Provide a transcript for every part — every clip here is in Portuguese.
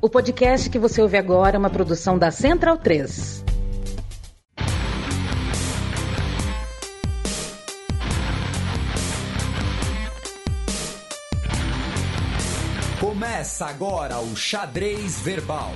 O podcast que você ouve agora é uma produção da Central 3. Começa agora o Xadrez Verbal.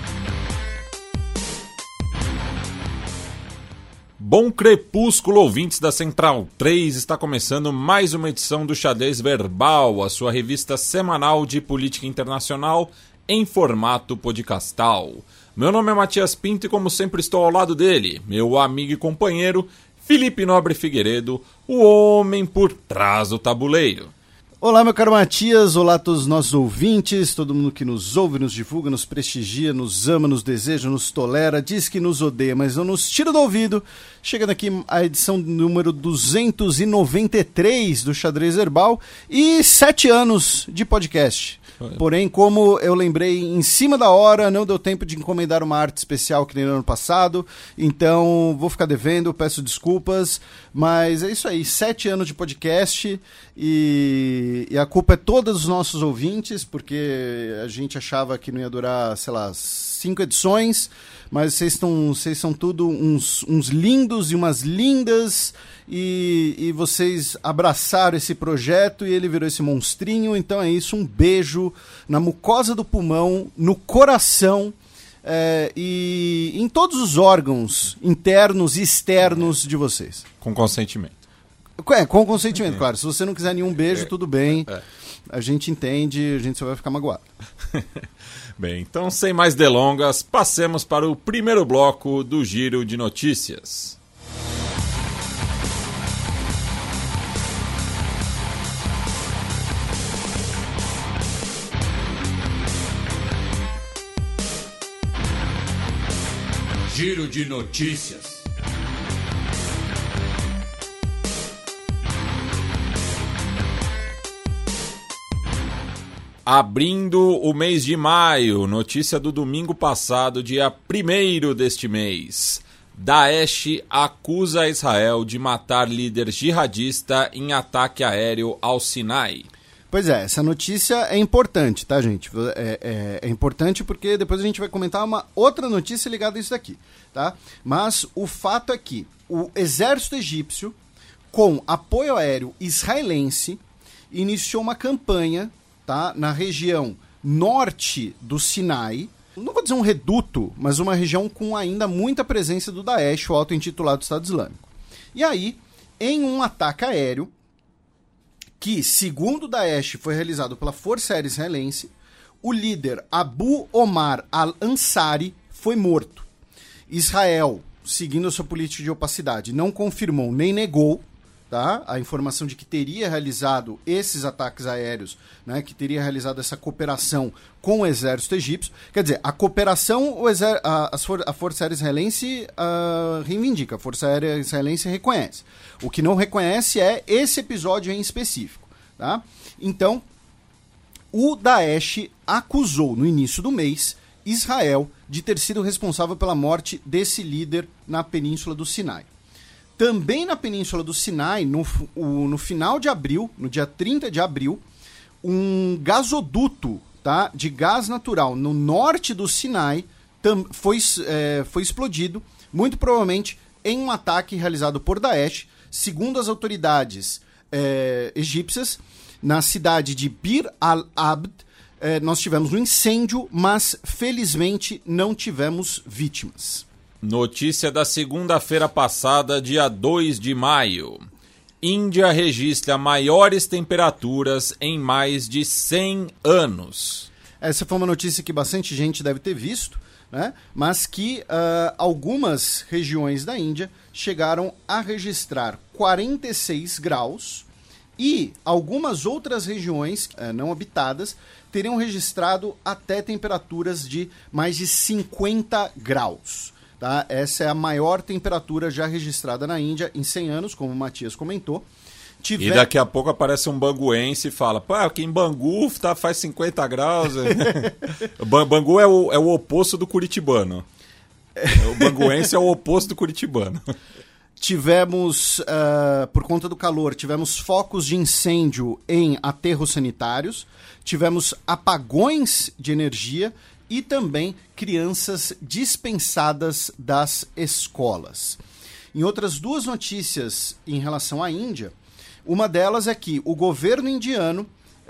Bom crepúsculo, ouvintes da Central 3, está começando mais uma edição do Xadrez Verbal, a sua revista semanal de política internacional em formato podcastal. Meu nome é Matias Pinto e como sempre estou ao lado dele, meu amigo e companheiro Felipe Nobre Figueiredo, o homem por trás do tabuleiro. Olá, meu caro Matias, olá a todos os nossos ouvintes, todo mundo que nos ouve, nos divulga, nos prestigia, nos ama, nos deseja, nos tolera, diz que nos odeia, mas não nos tira do ouvido. Chegando aqui a edição número 293 do Xadrez Verbal e 7 anos de podcast. Porém, como eu lembrei em cima da hora, não deu tempo de encomendar uma arte especial que nem no ano passado, então vou ficar devendo, peço desculpas, mas é isso aí, 7 anos de podcast e a culpa é toda dos nossos ouvintes, porque a gente achava que não ia durar, sei lá, 5 edições, mas vocês são tudo uns lindos e umas lindas, e vocês abraçaram esse projeto e ele virou esse monstrinho, então é isso, um beijo na mucosa do pulmão, no coração e em todos os órgãos internos e externos de vocês. Com consentimento. Com consentimento, claro. Se você não quiser nenhum beijo, tudo bem. A gente entende, a gente só vai ficar magoado. Bem, então sem mais delongas, passemos para o primeiro bloco do Giro de Notícias. Giro de Notícias. Abrindo o mês de maio, notícia do domingo passado, dia 1º deste mês. Daesh acusa Israel de matar líder jihadista em ataque aéreo ao Sinai. Pois é, essa notícia é importante, tá, gente? É importante porque depois a gente vai comentar uma outra notícia ligada a isso daqui, tá? Mas o fato é que o exército egípcio, com apoio aéreo israelense, iniciou uma campanha, tá, na região norte do Sinai, não vou dizer um reduto, mas uma região com ainda muita presença do Daesh, o auto-intitulado Estado Islâmico. E aí, em um ataque aéreo, que, segundo o Daesh, foi realizado pela Força Aérea Israelense, o líder Abu Omar al-Ansari foi morto. Israel, seguindo a sua política de opacidade, não confirmou nem negou, tá, a informação de que teria realizado esses ataques aéreos, né, que teria realizado essa cooperação com o exército egípcio. Quer dizer, a cooperação a Força Aérea Israelense reivindica, a Força Aérea Israelense reconhece. O que não reconhece é esse episódio em específico. Tá? Então, o Daesh acusou no início do mês Israel de ter sido responsável pela morte desse líder na Península do Sinai. Também na Península do Sinai, no final de abril, no dia 30 de abril, um gasoduto, tá, de gás natural no norte do Sinai foi explodido, muito provavelmente em um ataque realizado por Daesh. Segundo as autoridades egípcias, na cidade de Bir al-Abd, nós tivemos um incêndio, mas felizmente não tivemos vítimas. Notícia da segunda-feira passada, dia 2 de maio. Índia registra maiores temperaturas em mais de 100 anos. Essa foi uma notícia que bastante gente deve ter visto, né? Mas que algumas regiões da Índia chegaram a registrar 46 graus e algumas outras regiões não habitadas teriam registrado até temperaturas de mais de 50 graus. Tá? Essa é a maior temperatura já registrada na Índia em 100 anos, como o Matias comentou. E daqui a pouco aparece um banguense e fala, pô, aqui em Bangu faz 50 graus. Bangu é o oposto do curitibano. O banguense é o oposto do curitibano. Tivemos, por conta do calor, tivemos focos de incêndio em aterros sanitários, tivemos apagões de energia, e também crianças dispensadas das escolas. Em outras duas notícias em relação à Índia, uma delas é que o governo indiano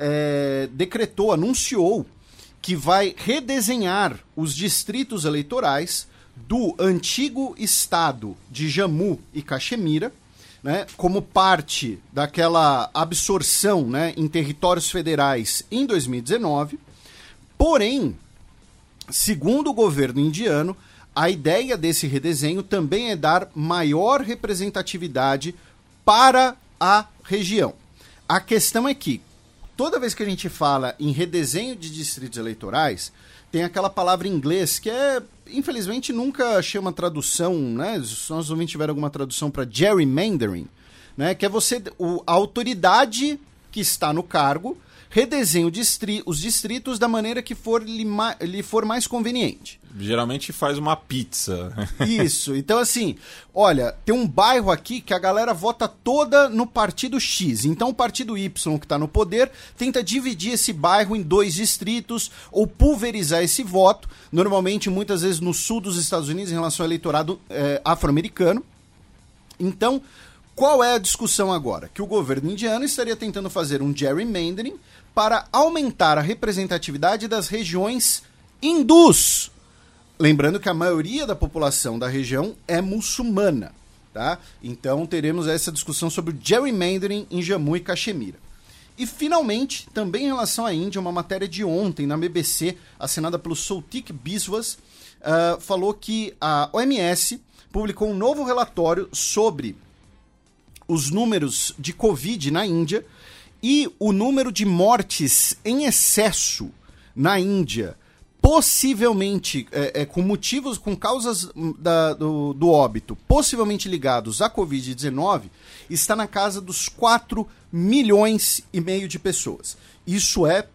anunciou que vai redesenhar os distritos eleitorais do antigo estado de Jammu e Caxemira, né, como parte daquela absorção, né, em territórios federais em 2019. Porém, segundo o governo indiano, a ideia desse redesenho também é dar maior representatividade para a região. A questão é que, toda vez que a gente fala em redesenho de distritos eleitorais, tem aquela palavra em inglês que infelizmente, nunca chama tradução, né? Se nós ouvintes tiver alguma tradução para gerrymandering, né? Que é a autoridade que está no cargo redesenha os distritos da maneira que lhe for mais conveniente. Geralmente faz uma pizza. Isso. Então, assim, olha, tem um bairro aqui que a galera vota toda no partido X. Então, o partido Y, que está no poder, tenta dividir esse bairro em 2 distritos ou pulverizar esse voto. Normalmente, muitas vezes, no sul dos Estados Unidos, em relação ao eleitorado afro-americano. Então, qual é a discussão agora? Que o governo indiano estaria tentando fazer um gerrymandering para aumentar a representatividade das regiões hindus. Lembrando que a maioria da população da região é muçulmana, tá? Então teremos essa discussão sobre o gerrymandering em Jammu e Caxemira. E finalmente, também em relação à Índia, uma matéria de ontem na BBC, assinada pelo Soutik Biswas, falou que a OMS publicou um novo relatório sobre os números de Covid na Índia e o número de mortes em excesso na Índia, possivelmente com causas do óbito, possivelmente ligados à Covid-19, está na casa dos 4,5 milhões de pessoas. Isso é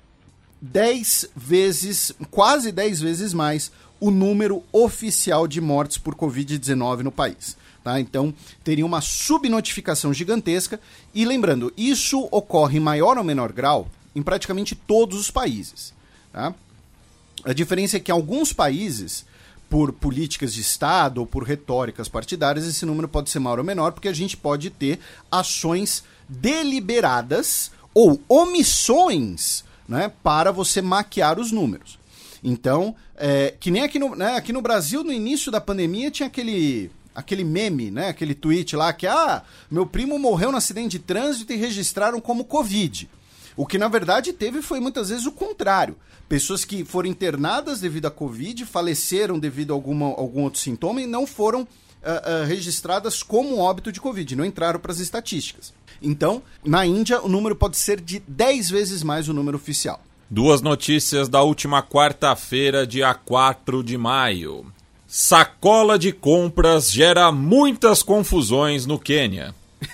quase 10 vezes mais o número oficial de mortes por Covid-19 no país. Tá? Então, teria uma subnotificação gigantesca. E lembrando, isso ocorre em maior ou menor grau em praticamente todos os países. Tá? A diferença é que em alguns países, por políticas de Estado ou por retóricas partidárias, esse número pode ser maior ou menor, porque a gente pode ter ações deliberadas ou omissões, né, para você maquiar os números. Então, que nem aqui no Brasil, no início da pandemia, tinha aquele meme, né, aquele tweet lá que, meu primo morreu no acidente de trânsito e registraram como Covid. O que, na verdade, foi muitas vezes o contrário. Pessoas que foram internadas devido à Covid, faleceram devido a algum outro sintoma e não foram registradas como óbito de Covid, não entraram para as estatísticas. Então, na Índia, o número pode ser de 10 vezes mais o número oficial. 2 notícias da última quarta-feira, dia 4 de maio. Sacola de compras gera muitas confusões no Quênia.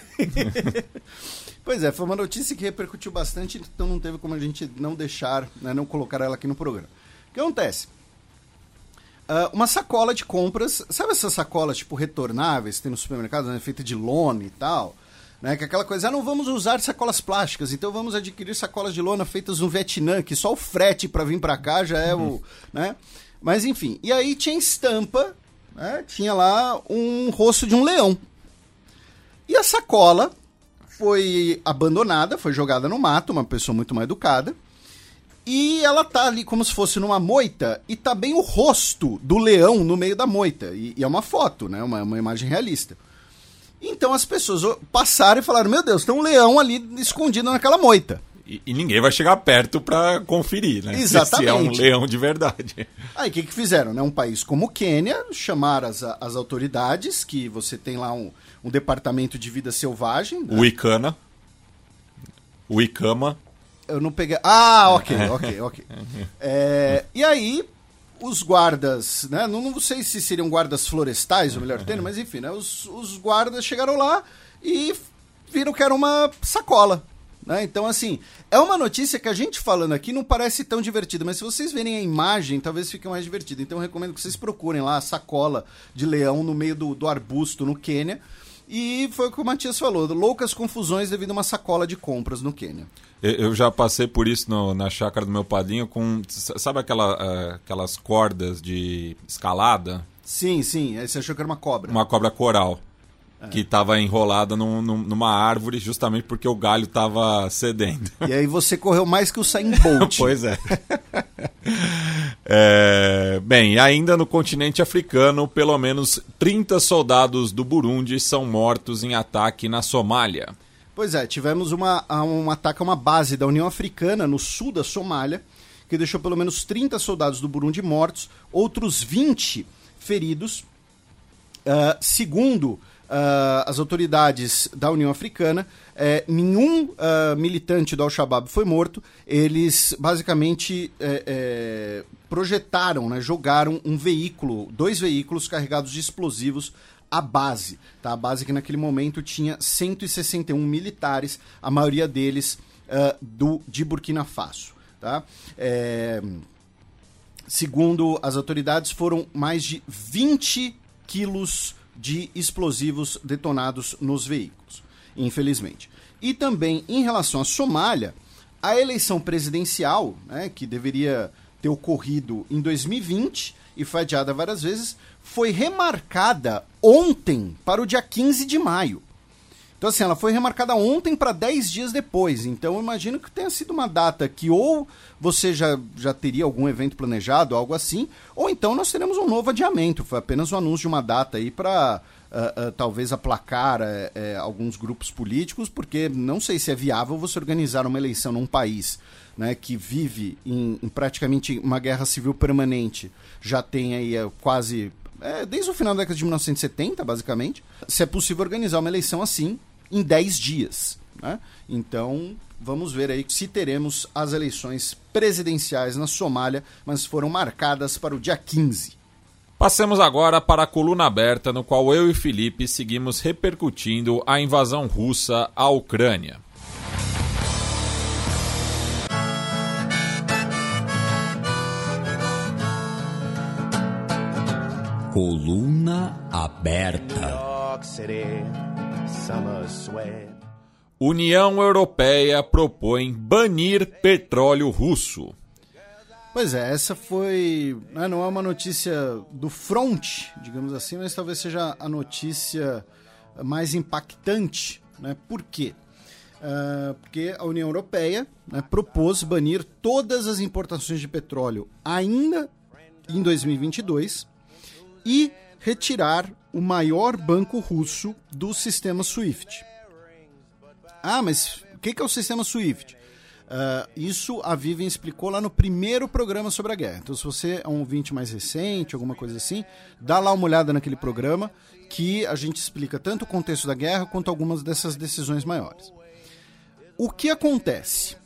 Pois é, foi uma notícia que repercutiu bastante, então não teve como a gente não deixar, né, não colocar ela aqui no programa. O que acontece? Uma sacola de compras, sabe essas sacolas tipo retornáveis que tem no supermercado, né, feita de lona e tal? Né, que é aquela coisa, não vamos usar sacolas plásticas, então vamos adquirir sacolas de lona feitas no Vietnã, que só o frete para vir para cá já é o... Né? Mas enfim, e aí tinha estampa, né, tinha lá um rosto de um leão. E a sacola foi abandonada, foi jogada no mato, uma pessoa muito mal educada, e ela tá ali como se fosse numa moita, e tá bem o rosto do leão no meio da moita, e é uma foto, né, uma imagem realista. Então as pessoas passaram e falaram, meu Deus, tem um leão ali escondido naquela moita. E ninguém vai chegar perto pra conferir, né? Exatamente. Se é um leão de verdade. Aí o que fizeram, né? Um país como o Quênia, chamaram as autoridades, que você tem lá um departamento de vida selvagem. Né? O ICAMA. Eu não peguei... ok. E aí, os guardas, né? Não sei se seriam guardas florestais, ou melhor termo, mas enfim, né? Os guardas chegaram lá e viram que era uma sacola. Né? Então, assim, é uma notícia que a gente falando aqui não parece tão divertida, mas se vocês verem a imagem, talvez fique mais divertido. Então, eu recomendo que vocês procurem lá a sacola de leão no meio do arbusto no Quênia. E foi o que o Matias falou, loucas confusões devido a uma sacola de compras no Quênia. Eu já passei por isso na chácara do meu padrinho com, sabe aquelas cordas de escalada? Sim, aí você achou que era uma cobra. Uma cobra coral. Que estava enrolada numa árvore justamente porque o galho estava cedendo. E aí você correu mais que o Usain Bolt. Pois é. Bem, ainda no continente africano, pelo menos 30 soldados do Burundi são mortos em ataque na Somália. Pois é, tivemos um ataque a uma base da União Africana no sul da Somália, que deixou pelo menos 30 soldados do Burundi mortos, outros 20 feridos. Segundo as autoridades da União Africana, nenhum militante do Al-Shabaab foi morto. Eles basicamente projetaram, né, jogaram dois veículos carregados de explosivos à base. Tá? A base que naquele momento tinha 161 militares, a maioria deles de Burkina Faso. Tá? Segundo as autoridades, foram mais de 20 quilos de explosivos detonados nos veículos, infelizmente. E também, em relação à Somália, a eleição presidencial, né, que deveria ter ocorrido em 2020 e foi adiada várias vezes, foi remarcada ontem para o dia 15 de maio. Então, assim, ela foi remarcada ontem para 10 dias depois. Então, eu imagino que tenha sido uma data que ou você já teria algum evento planejado, algo assim, ou então nós teremos um novo adiamento. Foi apenas um anúncio de uma data aí para talvez aplacar alguns grupos políticos, porque não sei se é viável você organizar uma eleição num país, né, que vive em praticamente uma guerra civil permanente. Já tem aí quase... desde o final da década de 1970, basicamente, se é possível organizar uma eleição assim em 10 dias. Né? Então, vamos ver aí se teremos as eleições presidenciais na Somália, mas foram marcadas para o dia 15. Passemos agora para a coluna aberta, no qual eu e Felipe seguimos repercutindo a invasão russa à Ucrânia. Coluna aberta. União Europeia propõe banir petróleo russo. Pois é, essa foi... não é uma notícia do front, digamos assim, mas talvez seja a notícia mais impactante. Né? Por quê? Porque a União Europeia, né, propôs banir todas as importações de petróleo ainda em 2022 e retirar o maior banco russo do sistema SWIFT. Mas o que é o sistema SWIFT? Isso a Vivian explicou lá no primeiro programa sobre a guerra. Então, se você é um ouvinte mais recente, alguma coisa assim, dá lá uma olhada naquele programa que a gente explica tanto o contexto da guerra quanto algumas dessas decisões maiores. O que acontece?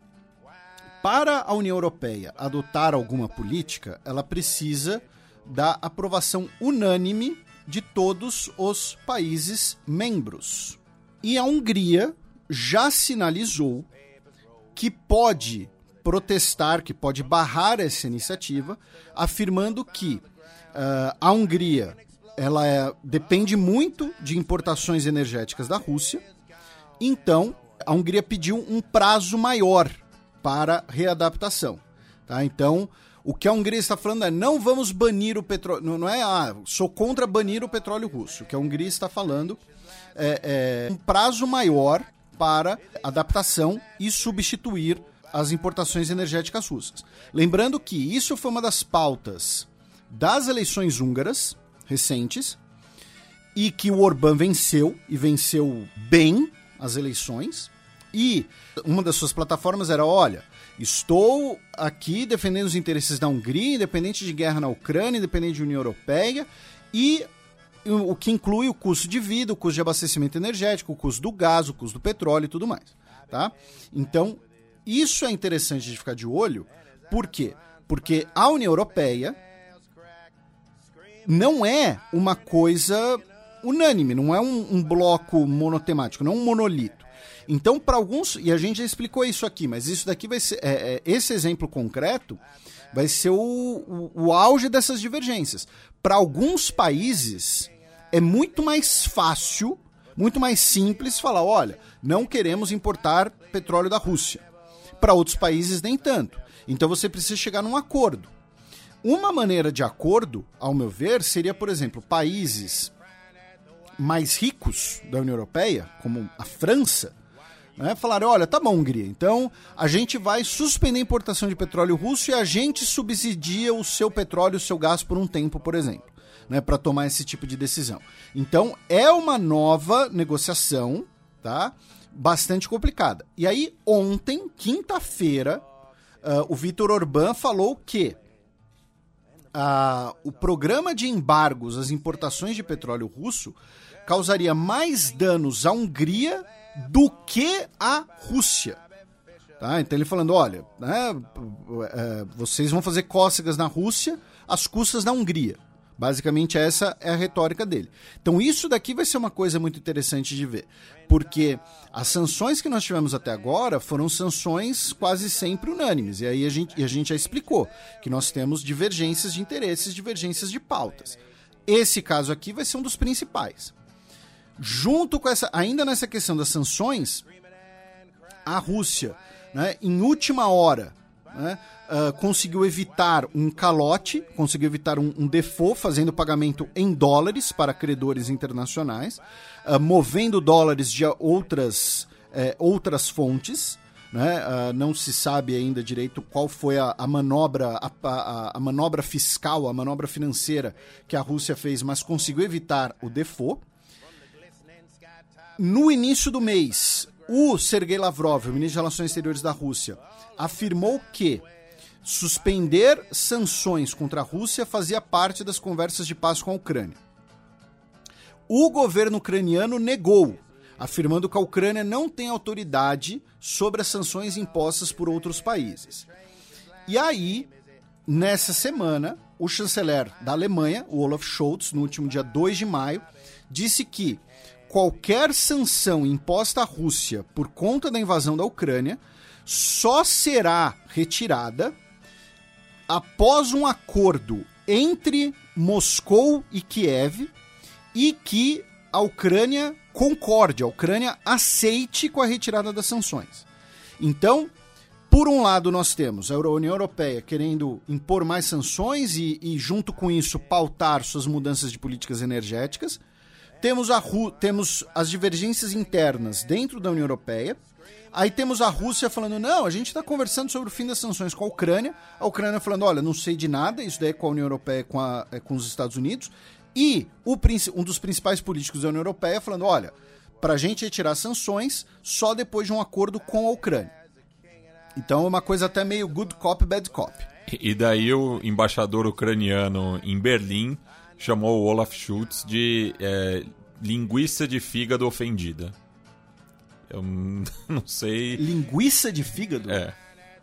Para a União Europeia adotar alguma política, ela precisa da aprovação unânime de todos os países membros. E a Hungria já sinalizou que pode protestar, que pode barrar essa iniciativa, afirmando que a Hungria depende muito de importações energéticas da Rússia. Então, a Hungria pediu um prazo maior para readaptação. Tá? Então, o que a Hungria está falando é: não vamos banir o petróleo. Não é, sou contra banir o petróleo russo. O que a Hungria está falando é um prazo maior para adaptação e substituir as importações energéticas russas. Lembrando que isso foi uma das pautas das eleições húngaras recentes e que o Orbán venceu, e venceu bem as eleições. E uma das suas plataformas era: olha, estou aqui defendendo os interesses da Hungria, independente de guerra na Ucrânia, independente de União Europeia, e o que inclui o custo de vida, o custo de abastecimento energético, o custo do gás, o custo do petróleo e tudo mais. Tá? Então, isso é interessante de ficar de olho. Por quê? Porque a União Europeia não é uma coisa unânime, não é um bloco monotemático, não é um monolito. Então, para alguns, e a gente já explicou isso aqui, mas isso daqui vai ser, esse exemplo concreto vai ser o auge dessas divergências. Para alguns países, é muito mais fácil muito mais simples falar, olha, não queremos importar petróleo da Rússia. Para outros países, nem tanto. Então você precisa chegar num acordo. Uma maneira de acordo, ao meu ver, seria, por exemplo, países mais ricos da União Europeia, como a França, né, falarem, olha, tá bom, Hungria, então a gente vai suspender a importação de petróleo russo e a gente subsidia o seu petróleo, o seu gás por um tempo, por exemplo, né, para tomar esse tipo de decisão. Então, é uma nova negociação, tá, bastante complicada. E aí, ontem, quinta-feira, o Viktor Orbán falou que o programa de embargos às importações de petróleo russo causaria mais danos à Hungria do que à Rússia. Tá? Então ele falando, olha, né, vocês vão fazer cócegas na Rússia às custas da Hungria. Basicamente essa é a retórica dele. Então isso daqui vai ser uma coisa muito interessante de ver, porque as sanções que nós tivemos até agora foram sanções quase sempre unânimes, e aí a gente já explicou que nós temos divergências de interesses, divergências de pautas. Esse caso aqui vai ser um dos principais. Junto com ainda nessa questão das sanções, a Rússia, né, em última hora, né, conseguiu evitar um calote, conseguiu evitar um default, fazendo pagamento em dólares para credores internacionais, movendo dólares de outras fontes, né, não se sabe ainda direito qual foi a manobra, a manobra fiscal, a manobra financeira que a Rússia fez, mas conseguiu evitar o default. No início do mês, o Sergei Lavrov, o ministro de Relações Exteriores da Rússia, afirmou que suspender sanções contra a Rússia fazia parte das conversas de paz com a Ucrânia. O governo ucraniano negou, afirmando que a Ucrânia não tem autoridade sobre as sanções impostas por outros países. E aí, nessa semana, o chanceler da Alemanha, o Olaf Scholz, no último dia 2 de maio, disse que qualquer sanção imposta à Rússia por conta da invasão da Ucrânia só será retirada após um acordo entre Moscou e Kiev e que a Ucrânia concorde, a Ucrânia aceite com a retirada das sanções. Então, por um lado, nós temos a União Europeia querendo impor mais sanções e junto com isso, pautar suas mudanças de políticas energéticas. Temos as divergências internas dentro da União Europeia. Aí temos a Rússia falando, não, a gente está conversando sobre o fim das sanções com a Ucrânia falando, olha, não sei de nada, isso daí é com a União Europeia, com os Estados Unidos. E um dos principais políticos da União Europeia falando, olha, para a gente retirar sanções só depois de um acordo com a Ucrânia. Então é uma coisa até meio good cop, bad cop. E daí o embaixador ucraniano em Berlim chamou o Olaf Scholz de linguiça de fígado ofendida. Eu não sei... Linguiça de fígado? É.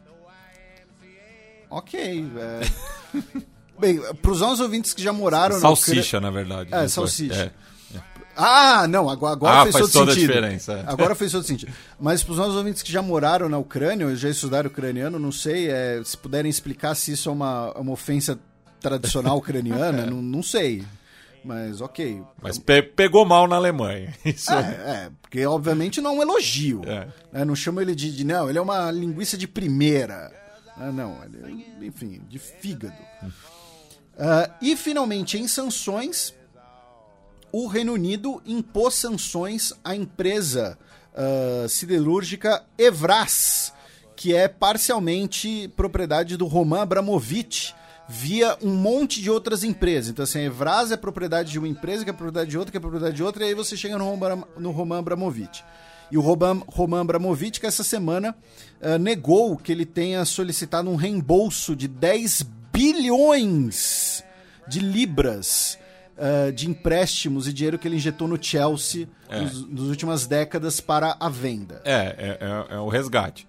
Ok. Bem, para os nossos ouvintes que já moraram... Salsicha, na verdade. Salsicha. Ah, não, agora fez todo sentido. Diferença. Agora fez todo sentido. Mas para os nossos ouvintes que já moraram na Ucrânia, ou já estudaram ucraniano, não sei, se puderem explicar se isso é uma ofensa tradicional ucraniana, não sei. Mas ok. Mas pegou mal na Alemanha. Isso porque obviamente não é um elogio. Não chama ele não, ele é uma linguiça de primeira. Não, enfim, de fígado. E finalmente, em sanções, o Reino Unido impôs sanções à empresa siderúrgica Evraz, que é parcialmente propriedade do Roman Abramovich, via um monte de outras empresas. Então, assim, a Evraz é propriedade de uma empresa, que é propriedade de outra, que é propriedade de outra, e aí você chega no Roman Abramovich. E o Roman Abramovich, que essa semana negou que ele tenha solicitado um reembolso de 10 bilhões de libras de empréstimos e dinheiro que ele injetou no Chelsea nas últimas décadas para a venda. É o resgate.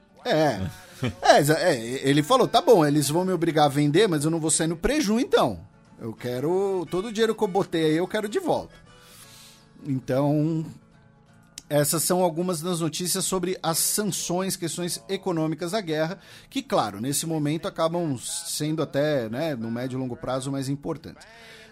Ele falou, tá bom, eles vão me obrigar a vender, mas eu não vou sair no preju, então. Eu quero, todo o dinheiro que eu botei aí, eu quero de volta. Então, essas são algumas das notícias sobre as sanções, questões econômicas da guerra, que, claro, nesse momento acabam sendo até, né, no médio e longo prazo, mais importantes.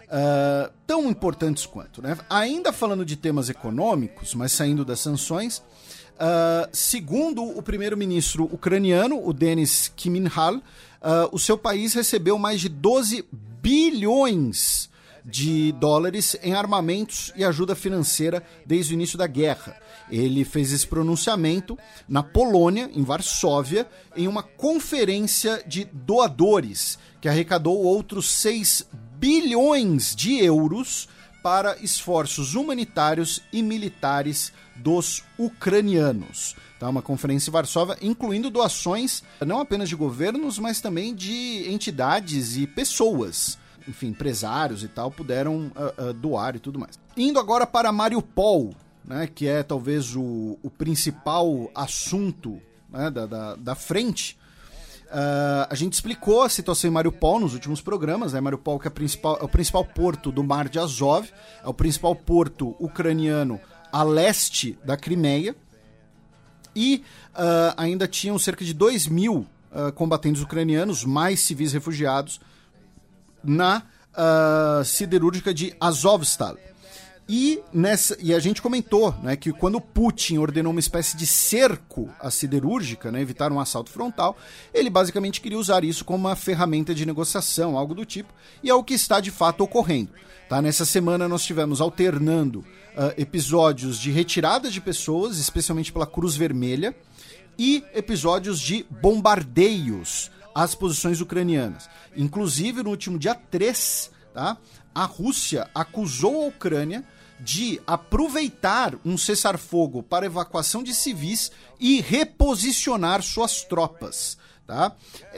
tão importantes quanto, né? Ainda falando de temas econômicos, mas saindo das sanções, segundo o primeiro-ministro ucraniano, o Denis Shmyhal, o seu país recebeu mais de 12 bilhões de dólares em armamentos e ajuda financeira desde o início da guerra. Ele fez esse pronunciamento na Polônia, em Varsóvia, em uma conferência de doadores, que arrecadou outros 6 bilhões de euros para esforços humanitários e militares dos ucranianos. Tá, uma conferência em Varsóvia, incluindo doações não apenas de governos, mas também de entidades e pessoas. Enfim, empresários e tal, puderam doar e tudo mais. Indo agora para Mariupol, né, que é talvez o principal assunto, né, da frente. A gente explicou a situação em Mariupol nos últimos programas, né? Mariupol que é o principal porto do Mar de Azov, é o principal porto ucraniano a leste da Crimeia, e ainda tinham cerca de 2.000 combatentes ucranianos, mais civis refugiados, na siderúrgica de Azovstal. E a gente comentou, né, que quando Putin ordenou uma espécie de cerco à siderúrgica, né, evitar um assalto frontal, ele basicamente queria usar isso como uma ferramenta de negociação, algo do tipo, e é o que está de fato ocorrendo. Tá? Nessa semana nós tivemos alternando episódios de retirada de pessoas, especialmente pela Cruz Vermelha, e episódios de bombardeios às posições ucranianas. Inclusive, no último dia 3, tá, a Rússia acusou a Ucrânia de aproveitar um cessar-fogo para evacuação de civis e reposicionar suas tropas. Tá?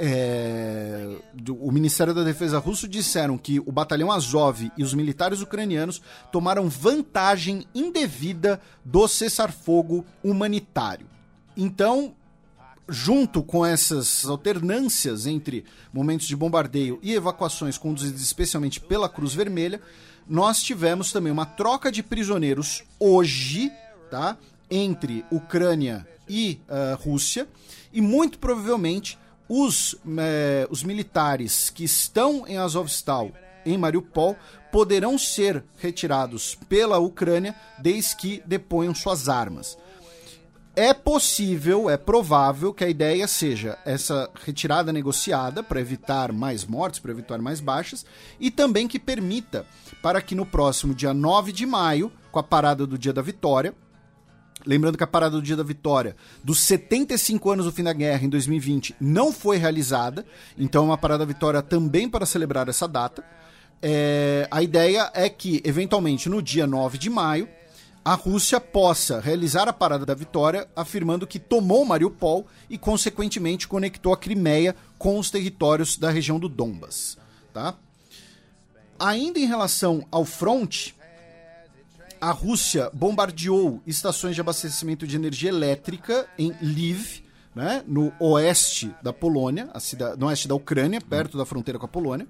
O Ministério da Defesa russo disseram que o batalhão Azov e os militares ucranianos tomaram vantagem indevida do cessar-fogo humanitário. Então, junto com essas alternâncias entre momentos de bombardeio e evacuações conduzidas especialmente pela Cruz Vermelha, nós tivemos também uma troca de prisioneiros hoje, tá, entre Ucrânia e Rússia, e muito provavelmente os militares que estão em Azovstal, em Mariupol, poderão ser retirados pela Ucrânia desde que deponham suas armas. É possível, é provável que a ideia seja essa retirada negociada para evitar mais mortes, para evitar mais baixas, e também que permita para que no próximo dia 9 de maio, com a parada do Dia da Vitória, lembrando que a parada do Dia da Vitória dos 75 anos do fim da guerra em 2020 não foi realizada, então é uma parada da Vitória também para celebrar essa data. A ideia é que, eventualmente, no dia 9 de maio, a Rússia possa realizar a parada da vitória, afirmando que tomou Mariupol e, consequentemente, conectou a Crimeia com os territórios da região do Donbas. Tá? Ainda em relação ao fronte, a Rússia bombardeou estações de abastecimento de energia elétrica em Lviv, né, no oeste da Polônia, no oeste da Ucrânia, perto da fronteira com a Polônia.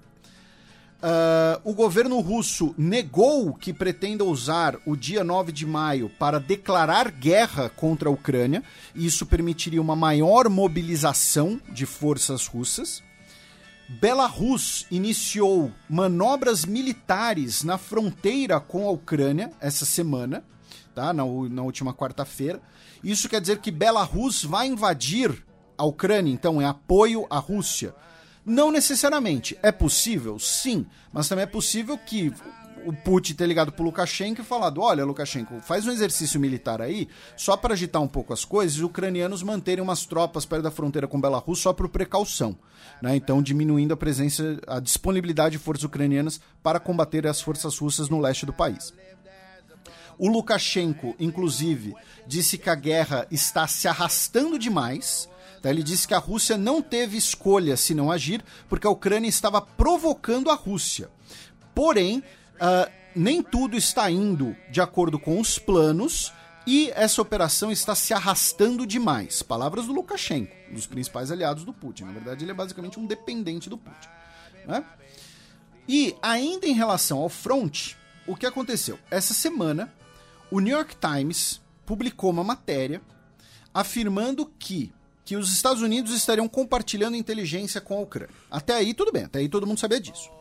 O governo russo negou que pretenda usar o dia 9 de maio para declarar guerra contra a Ucrânia, e isso permitiria uma maior mobilização de forças russas. Belarus iniciou manobras militares na fronteira com a Ucrânia essa semana, tá? na última quarta-feira. Isso quer dizer que Belarus vai invadir a Ucrânia, então é apoio à Rússia. Não necessariamente. É possível? Sim. Mas também é possível que o Putin tenha ligado pro Lukashenko e falado: olha, Lukashenko, faz um exercício militar aí, só para agitar um pouco as coisas, e os ucranianos manterem umas tropas perto da fronteira com Belarus só por precaução. Né? Então, diminuindo a disponibilidade de forças ucranianas para combater as forças russas no leste do país. O Lukashenko, inclusive, disse que a guerra está se arrastando demais. Ele disse que a Rússia não teve escolha se não agir, porque a Ucrânia estava provocando a Rússia. Porém, nem tudo está indo de acordo com os planos e essa operação está se arrastando demais. Palavras do Lukashenko, um dos principais aliados do Putin. Na verdade, ele é basicamente um dependente do Putin. Né? E ainda em relação ao fronte, o que aconteceu? Essa semana, o New York Times publicou uma matéria afirmando que os Estados Unidos estariam compartilhando inteligência com a Ucrânia. Até aí tudo bem, até aí todo mundo sabia disso.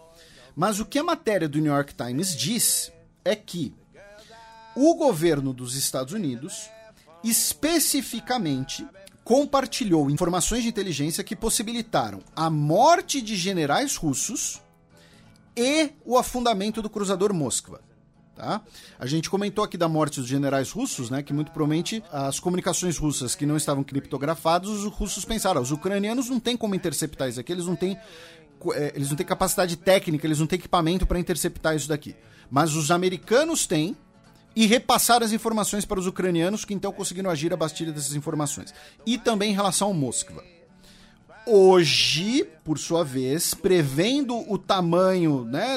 Mas o que a matéria do New York Times diz é que o governo dos Estados Unidos especificamente compartilhou informações de inteligência que possibilitaram a morte de generais russos e o afundamento do cruzador Moskva. Tá? A gente comentou aqui da morte dos generais russos, né, que muito provavelmente as comunicações russas que não estavam criptografadas, os russos pensaram, os ucranianos não têm como interceptar isso aqui, eles não têm capacidade técnica, eles não têm equipamento para interceptar isso daqui. Mas os americanos têm e repassaram as informações para os ucranianos, que então conseguiram agir a partir dessas informações. E também em relação ao Moskva. Hoje, por sua vez, prevendo o tamanho, né,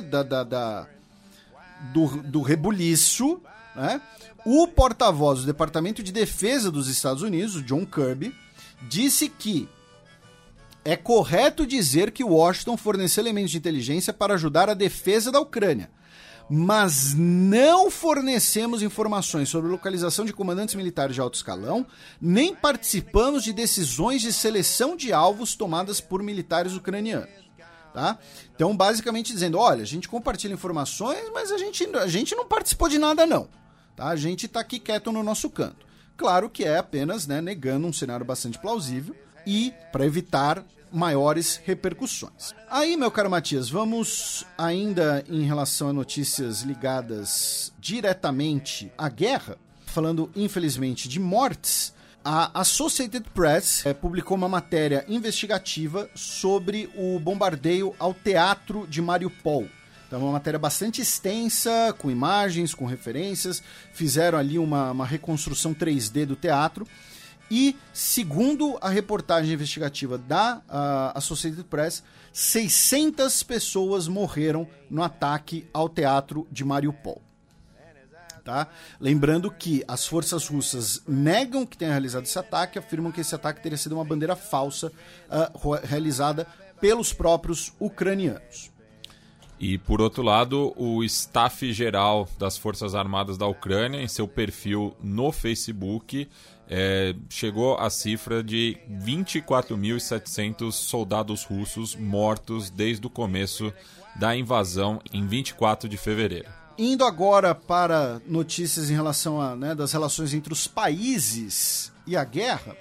do rebuliço, né, o porta-voz do Departamento de Defesa dos Estados Unidos, o John Kirby, disse que é correto dizer que Washington forneceu elementos de inteligência para ajudar a defesa da Ucrânia, mas não fornecemos informações sobre localização de comandantes militares de alto escalão, nem participamos de decisões de seleção de alvos tomadas por militares ucranianos. Tá? Então, basicamente dizendo, olha, a gente compartilha informações, mas a gente não participou de nada não. Tá? A gente está aqui quieto no nosso canto. Claro que é apenas, né, negando um cenário bastante plausível e para evitar maiores repercussões. Aí, meu caro Matias, vamos ainda em relação a notícias ligadas diretamente à guerra, falando infelizmente de mortes. A Associated Press publicou uma matéria investigativa sobre o bombardeio ao teatro de Mariupol. Então, é uma matéria bastante extensa, com imagens, com referências, fizeram ali uma reconstrução 3D do teatro. E, segundo a reportagem investigativa da Associated Press, 600 pessoas morreram no ataque ao teatro de Mariupol. Tá? Lembrando que as forças russas negam que tenha realizado esse ataque, afirmam que esse ataque teria sido uma bandeira falsa realizada pelos próprios ucranianos. E, por outro lado, o staff-geral das Forças Armadas da Ucrânia, em seu perfil no Facebook, chegou à cifra de 24.700 soldados russos mortos desde o começo da invasão em 24 de fevereiro. Indo agora para notícias em relação a, né, das relações entre os países e a guerra,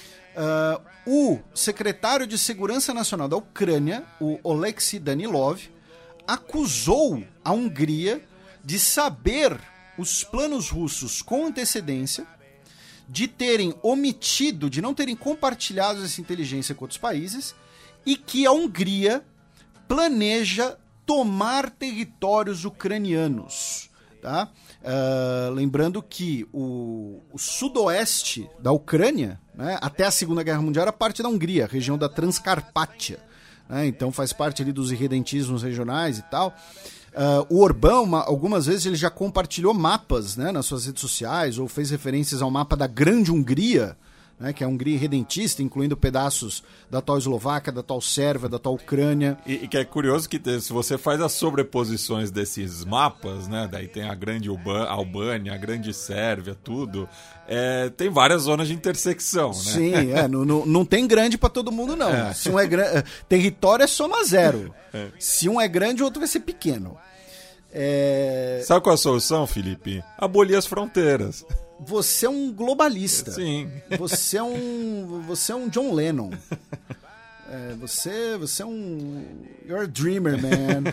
o secretário de Segurança Nacional da Ucrânia, o Oleksiy Danilov, acusou a Hungria de saber os planos russos com antecedência, de terem omitido, de não terem compartilhado essa inteligência com outros países, e que a Hungria planeja tomar territórios ucranianos. Tá? Lembrando que o sudoeste da Ucrânia, né, até a Segunda Guerra Mundial, era parte da Hungria, a região da Transcarpátia. Né, então faz parte ali dos irredentismos regionais e tal. O Orbán, algumas vezes, ele já compartilhou mapas, né, nas suas redes sociais, ou fez referências ao mapa da Grande Hungria, né, que é a Hungria irredentista, incluindo pedaços da atual Eslováquia, da atual Sérvia, da atual Ucrânia. E que é curioso que se você faz as sobreposições desses mapas, né, daí tem a Grande Albânia, a Grande Sérvia, tudo, tem várias zonas de intersecção, né? Sim, não tem grande para todo mundo, não. Se um é grande, território é soma zero. Se um é grande, o outro vai ser pequeno. Sabe qual é a solução, Felipe? Abolir as fronteiras. Você é um globalista. Sim. Você é um John Lennon. Você é um... You're a dreamer, man.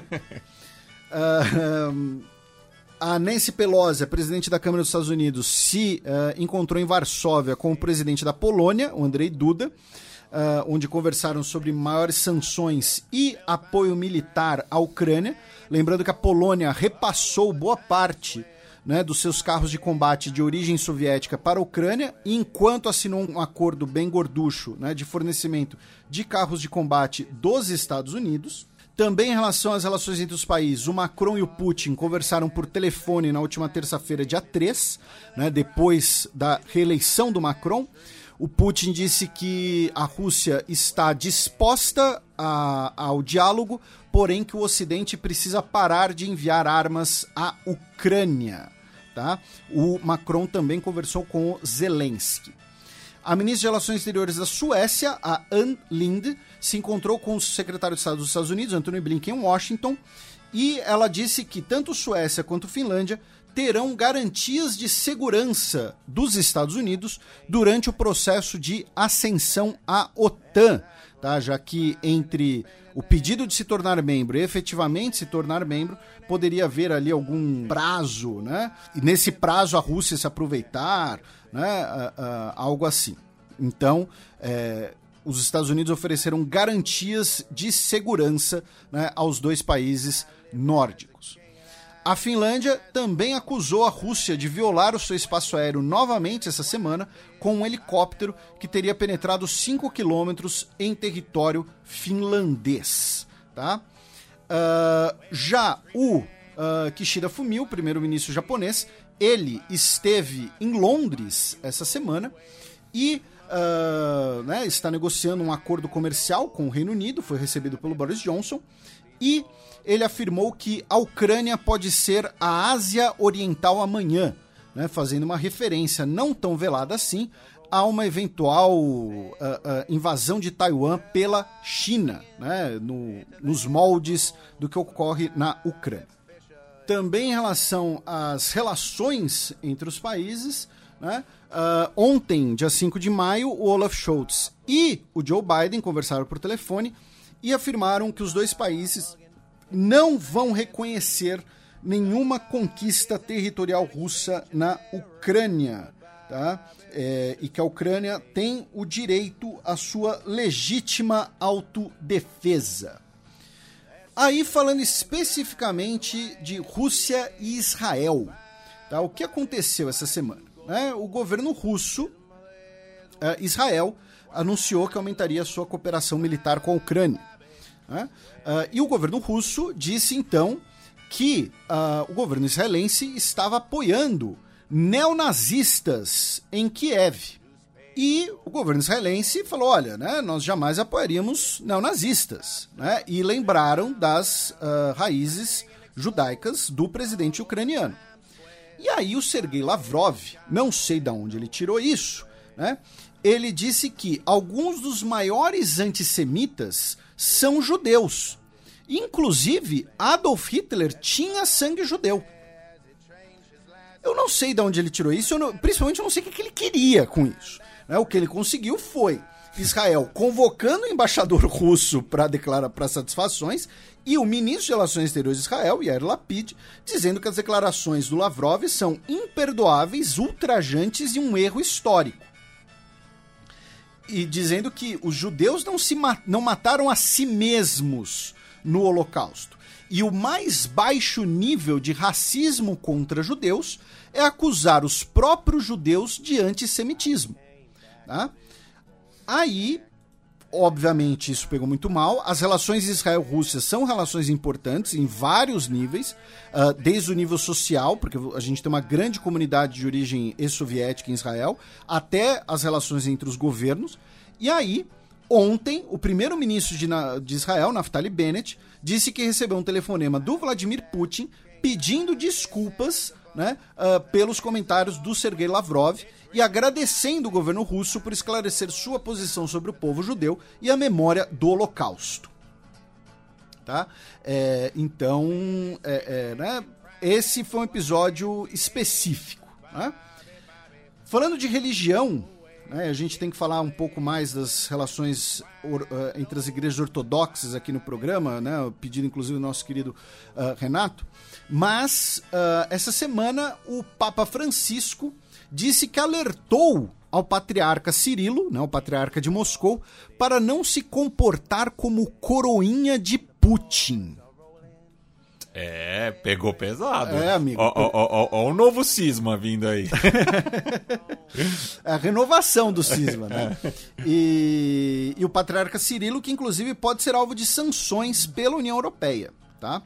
A Nancy Pelosi, a presidente da Câmara dos Estados Unidos, se encontrou em Varsóvia com o presidente da Polônia, o Andrzej Duda, onde conversaram sobre maiores sanções e apoio militar à Ucrânia. Lembrando que a Polônia repassou boa parte, né, dos seus carros de combate de origem soviética para a Ucrânia, enquanto assinou um acordo bem gorducho, né, de fornecimento de carros de combate dos Estados Unidos. Também em relação às relações entre os países, o Macron e o Putin conversaram por telefone na última terça-feira, dia 3, né, depois da reeleição do Macron. O Putin disse que a Rússia está disposta ao diálogo, porém que o Ocidente precisa parar de enviar armas à Ucrânia. Tá? O Macron também conversou com o Zelensky. A ministra de Relações Exteriores da Suécia, a Ann Linde, se encontrou com o secretário de Estado dos Estados Unidos, Antony Blinken, em Washington, e ela disse que tanto Suécia quanto Finlândia terão garantias de segurança dos Estados Unidos durante o processo de ascensão à OTAN, tá? Já que entre o pedido de se tornar membro e efetivamente se tornar membro, poderia haver ali algum prazo, né? E nesse prazo a Rússia se aproveitar, né? Algo assim. Então, os Estados Unidos ofereceram garantias de segurança, né, aos dois países nórdicos. A Finlândia também acusou a Rússia de violar o seu espaço aéreo novamente essa semana com um helicóptero que teria penetrado 5 quilômetros em território finlandês. Tá? Já o Kishida Fumio, primeiro-ministro japonês, ele esteve em Londres essa semana e está negociando um acordo comercial com o Reino Unido, foi recebido pelo Boris Johnson, e ele afirmou que a Ucrânia pode ser a Ásia Oriental amanhã, né, fazendo uma referência não tão velada assim a uma eventual invasão de Taiwan pela China, né, nos moldes do que ocorre na Ucrânia. Também em relação às relações entre os países, né, ontem, dia 5 de maio, o Olaf Scholz e o Joe Biden conversaram por telefone e afirmaram que os dois países não vão reconhecer nenhuma conquista territorial russa na Ucrânia, tá? E que a Ucrânia tem o direito à sua legítima autodefesa. Aí, falando especificamente de Rússia e Israel, tá? O que aconteceu essa semana? O governo russo, Israel, anunciou que aumentaria a sua cooperação militar com a Ucrânia. E o governo russo disse, então, que o governo israelense estava apoiando neonazistas em Kiev. E o governo israelense falou, olha, né, nós jamais apoiaríamos neonazistas. Né? E lembraram das raízes judaicas do presidente ucraniano. E aí o Sergei Lavrov, não sei de onde ele tirou isso, né? Ele disse que alguns dos maiores antissemitas são judeus. Inclusive, Adolf Hitler tinha sangue judeu. Eu não sei de onde ele tirou isso, principalmente eu não sei o que ele queria com isso. Né? O que ele conseguiu foi Israel convocando o embaixador russo para declarar para satisfações e o ministro de Relações Exteriores de Israel, Yair Lapid, dizendo que as declarações do Lavrov são imperdoáveis, ultrajantes e um erro histórico. E dizendo que os judeus não mataram a si mesmos no Holocausto. E o mais baixo nível de racismo contra judeus é acusar os próprios judeus de antissemitismo. Tá? Aí, obviamente, isso pegou muito mal. As relações Israel-Rússia são relações importantes em vários níveis, desde o nível social, porque a gente tem uma grande comunidade de origem ex-soviética em Israel, até as relações entre os governos. E aí, ontem, o primeiro-ministro de Israel, Naftali Bennett, disse que recebeu um telefonema do Vladimir Putin pedindo desculpas, né, pelos comentários do Sergei Lavrov e agradecendo o governo russo por esclarecer sua posição sobre o povo judeu e a memória do Holocausto. Tá? Então, né, esse foi um episódio específico. Né? Falando de religião, né, a gente tem que falar um pouco mais das relações entre as igrejas ortodoxas aqui no programa, né, pedido inclusive do nosso querido Renato, mas essa semana o Papa Francisco disse que alertou ao patriarca Cirilo, né, o patriarca de Moscou, para não se comportar como coroinha de Putin. Pegou pesado. Amigo. Ó o novo cisma vindo aí. A renovação do cisma, né? E o patriarca Cirilo, que inclusive pode ser alvo de sanções pela União Europeia, tá?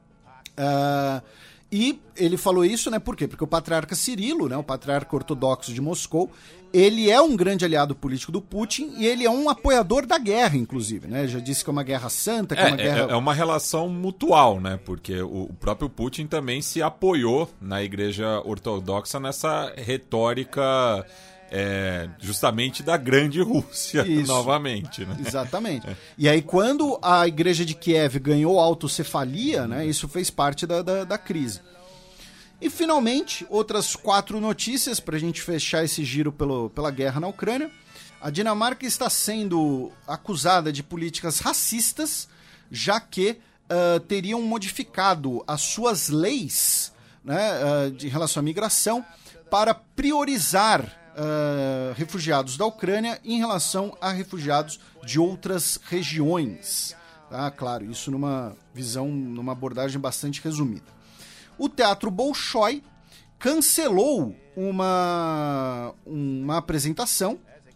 E ele falou isso, né? Por quê? Porque o patriarca Cirilo, né, o patriarca ortodoxo de Moscou, ele é um grande aliado político do Putin e ele é um apoiador da guerra, inclusive, né? Já disse que é uma guerra santa, que é uma guerra... É uma relação mutual, né? Porque o próprio Putin também se apoiou na igreja ortodoxa nessa retórica justamente da grande Rússia, Isso. novamente. Né? Exatamente. E aí, quando a igreja de Kiev ganhou autocefalia, né, isso fez parte da crise. E, finalmente, outras 4 notícias para a gente fechar esse giro pela guerra na Ucrânia. A Dinamarca está sendo acusada de políticas racistas, já que teriam modificado as suas leis, né, de relação à migração para priorizar refugiados da Ucrânia em relação a refugiados de outras regiões. Tá? Claro, isso numa abordagem bastante resumida. O Teatro Bolshoi cancelou uma apresentação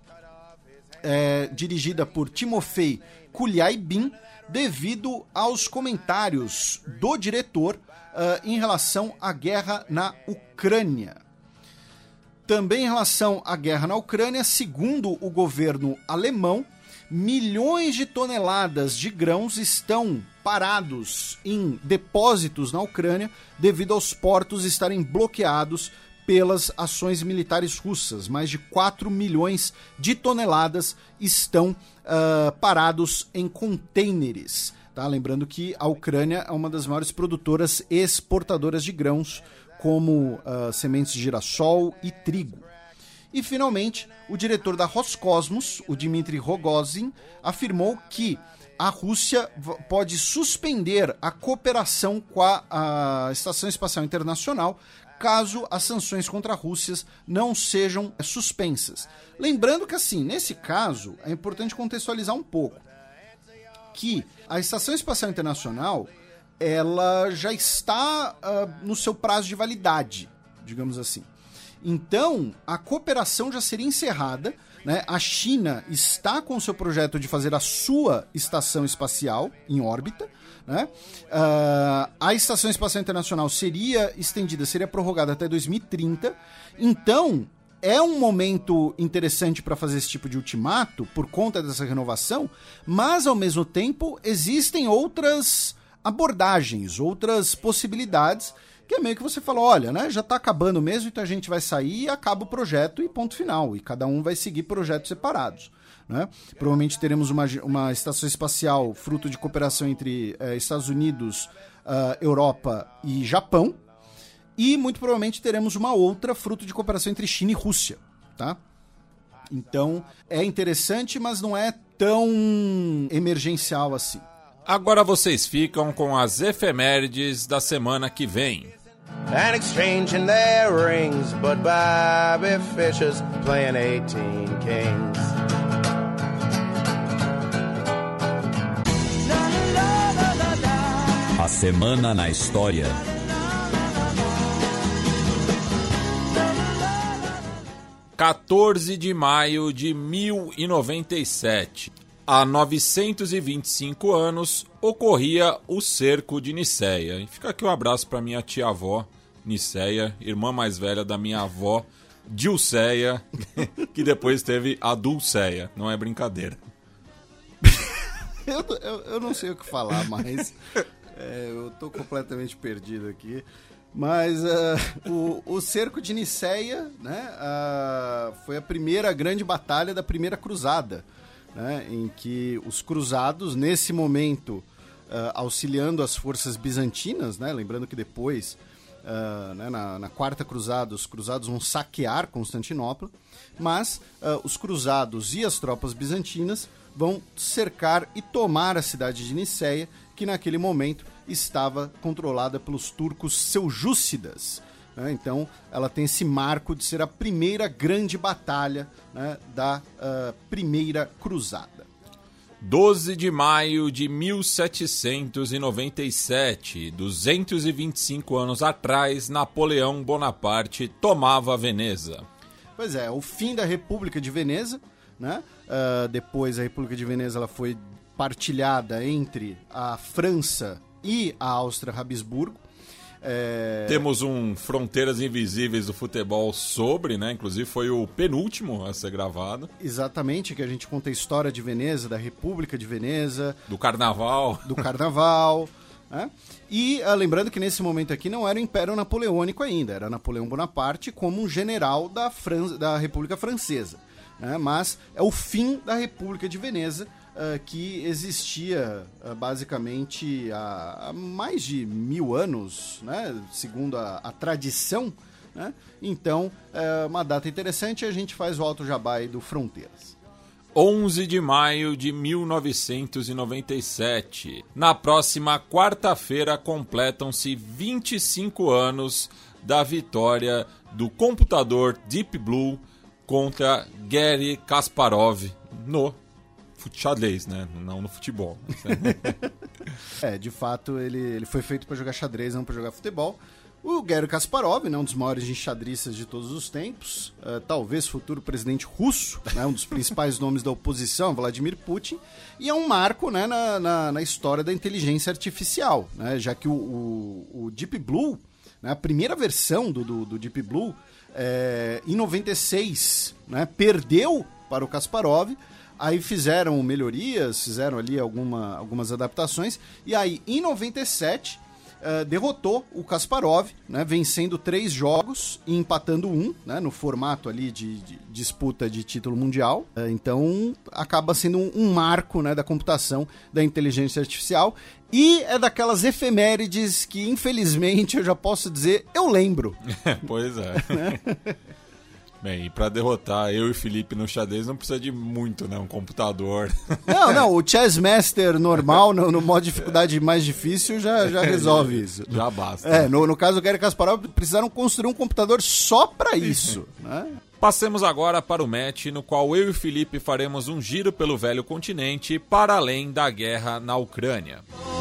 dirigida por Timofei Kuliaibin devido aos comentários do diretor em relação à guerra na Ucrânia. Também em relação à guerra na Ucrânia, segundo o governo alemão, milhões de toneladas de grãos estão parados em depósitos na Ucrânia devido aos portos estarem bloqueados pelas ações militares russas. Mais de 4 milhões de toneladas estão parados em contêineres. Tá? Lembrando que a Ucrânia é uma das maiores produtoras e exportadoras de grãos, como sementes de girassol e trigo. E, finalmente, o diretor da Roscosmos, o Dmitry Rogozin, afirmou que a Rússia pode suspender a cooperação com a Estação Espacial Internacional caso as sanções contra a Rússia não sejam suspensas. Lembrando que, assim, nesse caso, é importante contextualizar um pouco que a Estação Espacial Internacional ela já está no seu prazo de validade, digamos assim. Então, a cooperação já seria encerrada, né? A China está com o seu projeto de fazer a sua estação espacial em órbita, né? A Estação Espacial Internacional seria prorrogada até 2030. Então, é um momento interessante para fazer esse tipo de ultimato por conta dessa renovação, mas, ao mesmo tempo, existem outras abordagens, outras possibilidades, que é meio que você fala, olha, né, já está acabando mesmo, então a gente vai sair e acaba o projeto e ponto final, e cada um vai seguir projetos separados. Né? Provavelmente teremos uma estação espacial fruto de cooperação entre Estados Unidos, Europa e Japão, e muito provavelmente teremos uma outra fruto de cooperação entre China e Rússia. Tá? Então é interessante, mas não é tão emergencial assim. Agora vocês ficam com as efemérides da semana que vem. And exchanging their rings, but Bobby Fischer's playing 18 Kings. A semana na história. – 14 de maio de 1097. Há 925 anos ocorria o cerco de Nicéia. E fica aqui um abraço para minha tia-avó, Nicéia, irmã mais velha da minha avó, Dilceia, que depois teve a Dulceia. Não é brincadeira. Eu não sei o que falar mais. Eu tô completamente perdido aqui. Mas o cerco de Nicéia, né, foi a primeira grande batalha da Primeira Cruzada. Né, em que os cruzados, nesse momento, auxiliando as forças bizantinas, né, lembrando que depois, né, na Quarta Cruzada, os cruzados vão saquear Constantinopla, mas os cruzados e as tropas bizantinas vão cercar e tomar a cidade de Nicéia, que naquele momento estava controlada pelos turcos seljúcidas. Então, ela tem esse marco de ser a primeira grande batalha, né, da Primeira Cruzada. 12 de maio de 1797, 225 anos atrás, Napoleão Bonaparte tomava Veneza. Pois é, o fim da República de Veneza, né? Depois a República de Veneza ela foi partilhada entre a França e a Áustria-Habsburgo. Temos um Fronteiras Invisíveis do Futebol sobre, né? Inclusive foi o penúltimo a ser gravado. Exatamente, que a gente conta a história de Veneza, da República de Veneza. Do Carnaval. né? E lembrando que nesse momento aqui não era o Império Napoleônico ainda, era Napoleão Bonaparte como um general da República Francesa, né? Mas é o fim da República de Veneza, que existia basicamente há mais de 1000 anos, né? Segundo a tradição, né? Então, é uma data interessante e a gente faz o Alto Jabá aí do Fronteiras. 11 de maio de 1997. Na próxima quarta-feira completam-se 25 anos da vitória do computador Deep Blue contra Garry Kasparov no xadrez, né? Não no futebol. De fato, ele foi feito para jogar xadrez, não para jogar futebol. O Garry Kasparov, né, um dos maiores enxadristas de todos os tempos, talvez futuro presidente russo, né, um dos principais nomes da oposição, Vladimir Putin, e é um marco, né, na história da inteligência artificial, né, já que o Deep Blue, né, a primeira versão do Deep Blue, em 96, né, perdeu para o Kasparov. Aí fizeram melhorias, fizeram ali algumas adaptações, e aí em 97 derrotou o Kasparov, né, vencendo 3 jogos e empatando 1, né, no formato ali de disputa de título mundial. Então acaba sendo um marco, né, da computação, da inteligência artificial, e é daquelas efemérides que infelizmente eu já posso dizer, eu lembro. Pois é. Né? Bem, e pra derrotar eu e o Felipe no xadrez não precisa de muito, né? Um computador. Não, o Chess Master normal, no modo de dificuldade mais difícil, já resolve isso. Já basta. No caso do Garry Kasparov, precisaram construir um computador só pra isso, né? Passemos agora para o match, no qual eu e o Felipe faremos um giro pelo velho continente para além da guerra na Ucrânia.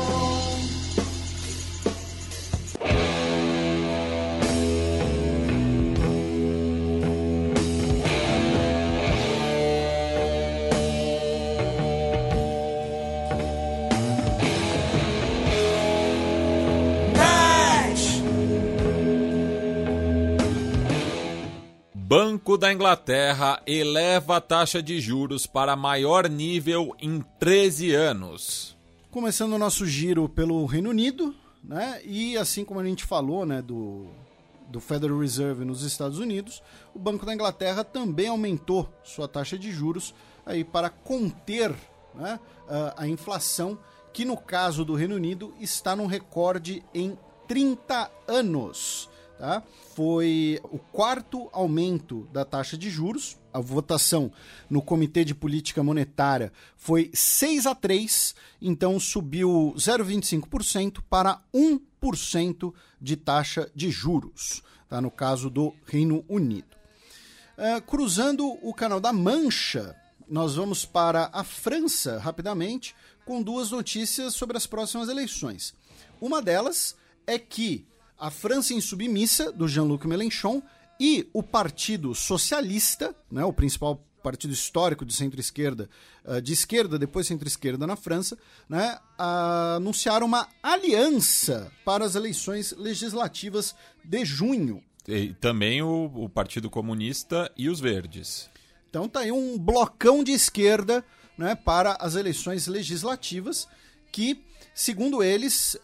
Banco da Inglaterra eleva a taxa de juros para maior nível em 13 anos. Começando o nosso giro pelo Reino Unido, né? E assim como a gente falou, né, do Federal Reserve nos Estados Unidos, o Banco da Inglaterra também aumentou sua taxa de juros aí para conter, né, a inflação, que no caso do Reino Unido está num recorde em 30 anos. Tá? Foi o 4º aumento da taxa de juros. A votação no Comitê de Política Monetária foi 6-3, então subiu 0,25% para 1% de taxa de juros, tá? No caso do Reino Unido. Cruzando o Canal da Mancha, nós vamos para a França rapidamente, com 2 notícias sobre as próximas eleições. Uma delas é que a França Insubmissa, do Jean-Luc Mélenchon, e o Partido Socialista, né, o principal partido histórico de centro-esquerda, de esquerda, depois centro-esquerda na França, né, anunciaram uma aliança para as eleições legislativas de junho. E também o Partido Comunista e os Verdes. Então tá aí um blocão de esquerda, né, para as eleições legislativas que, segundo eles,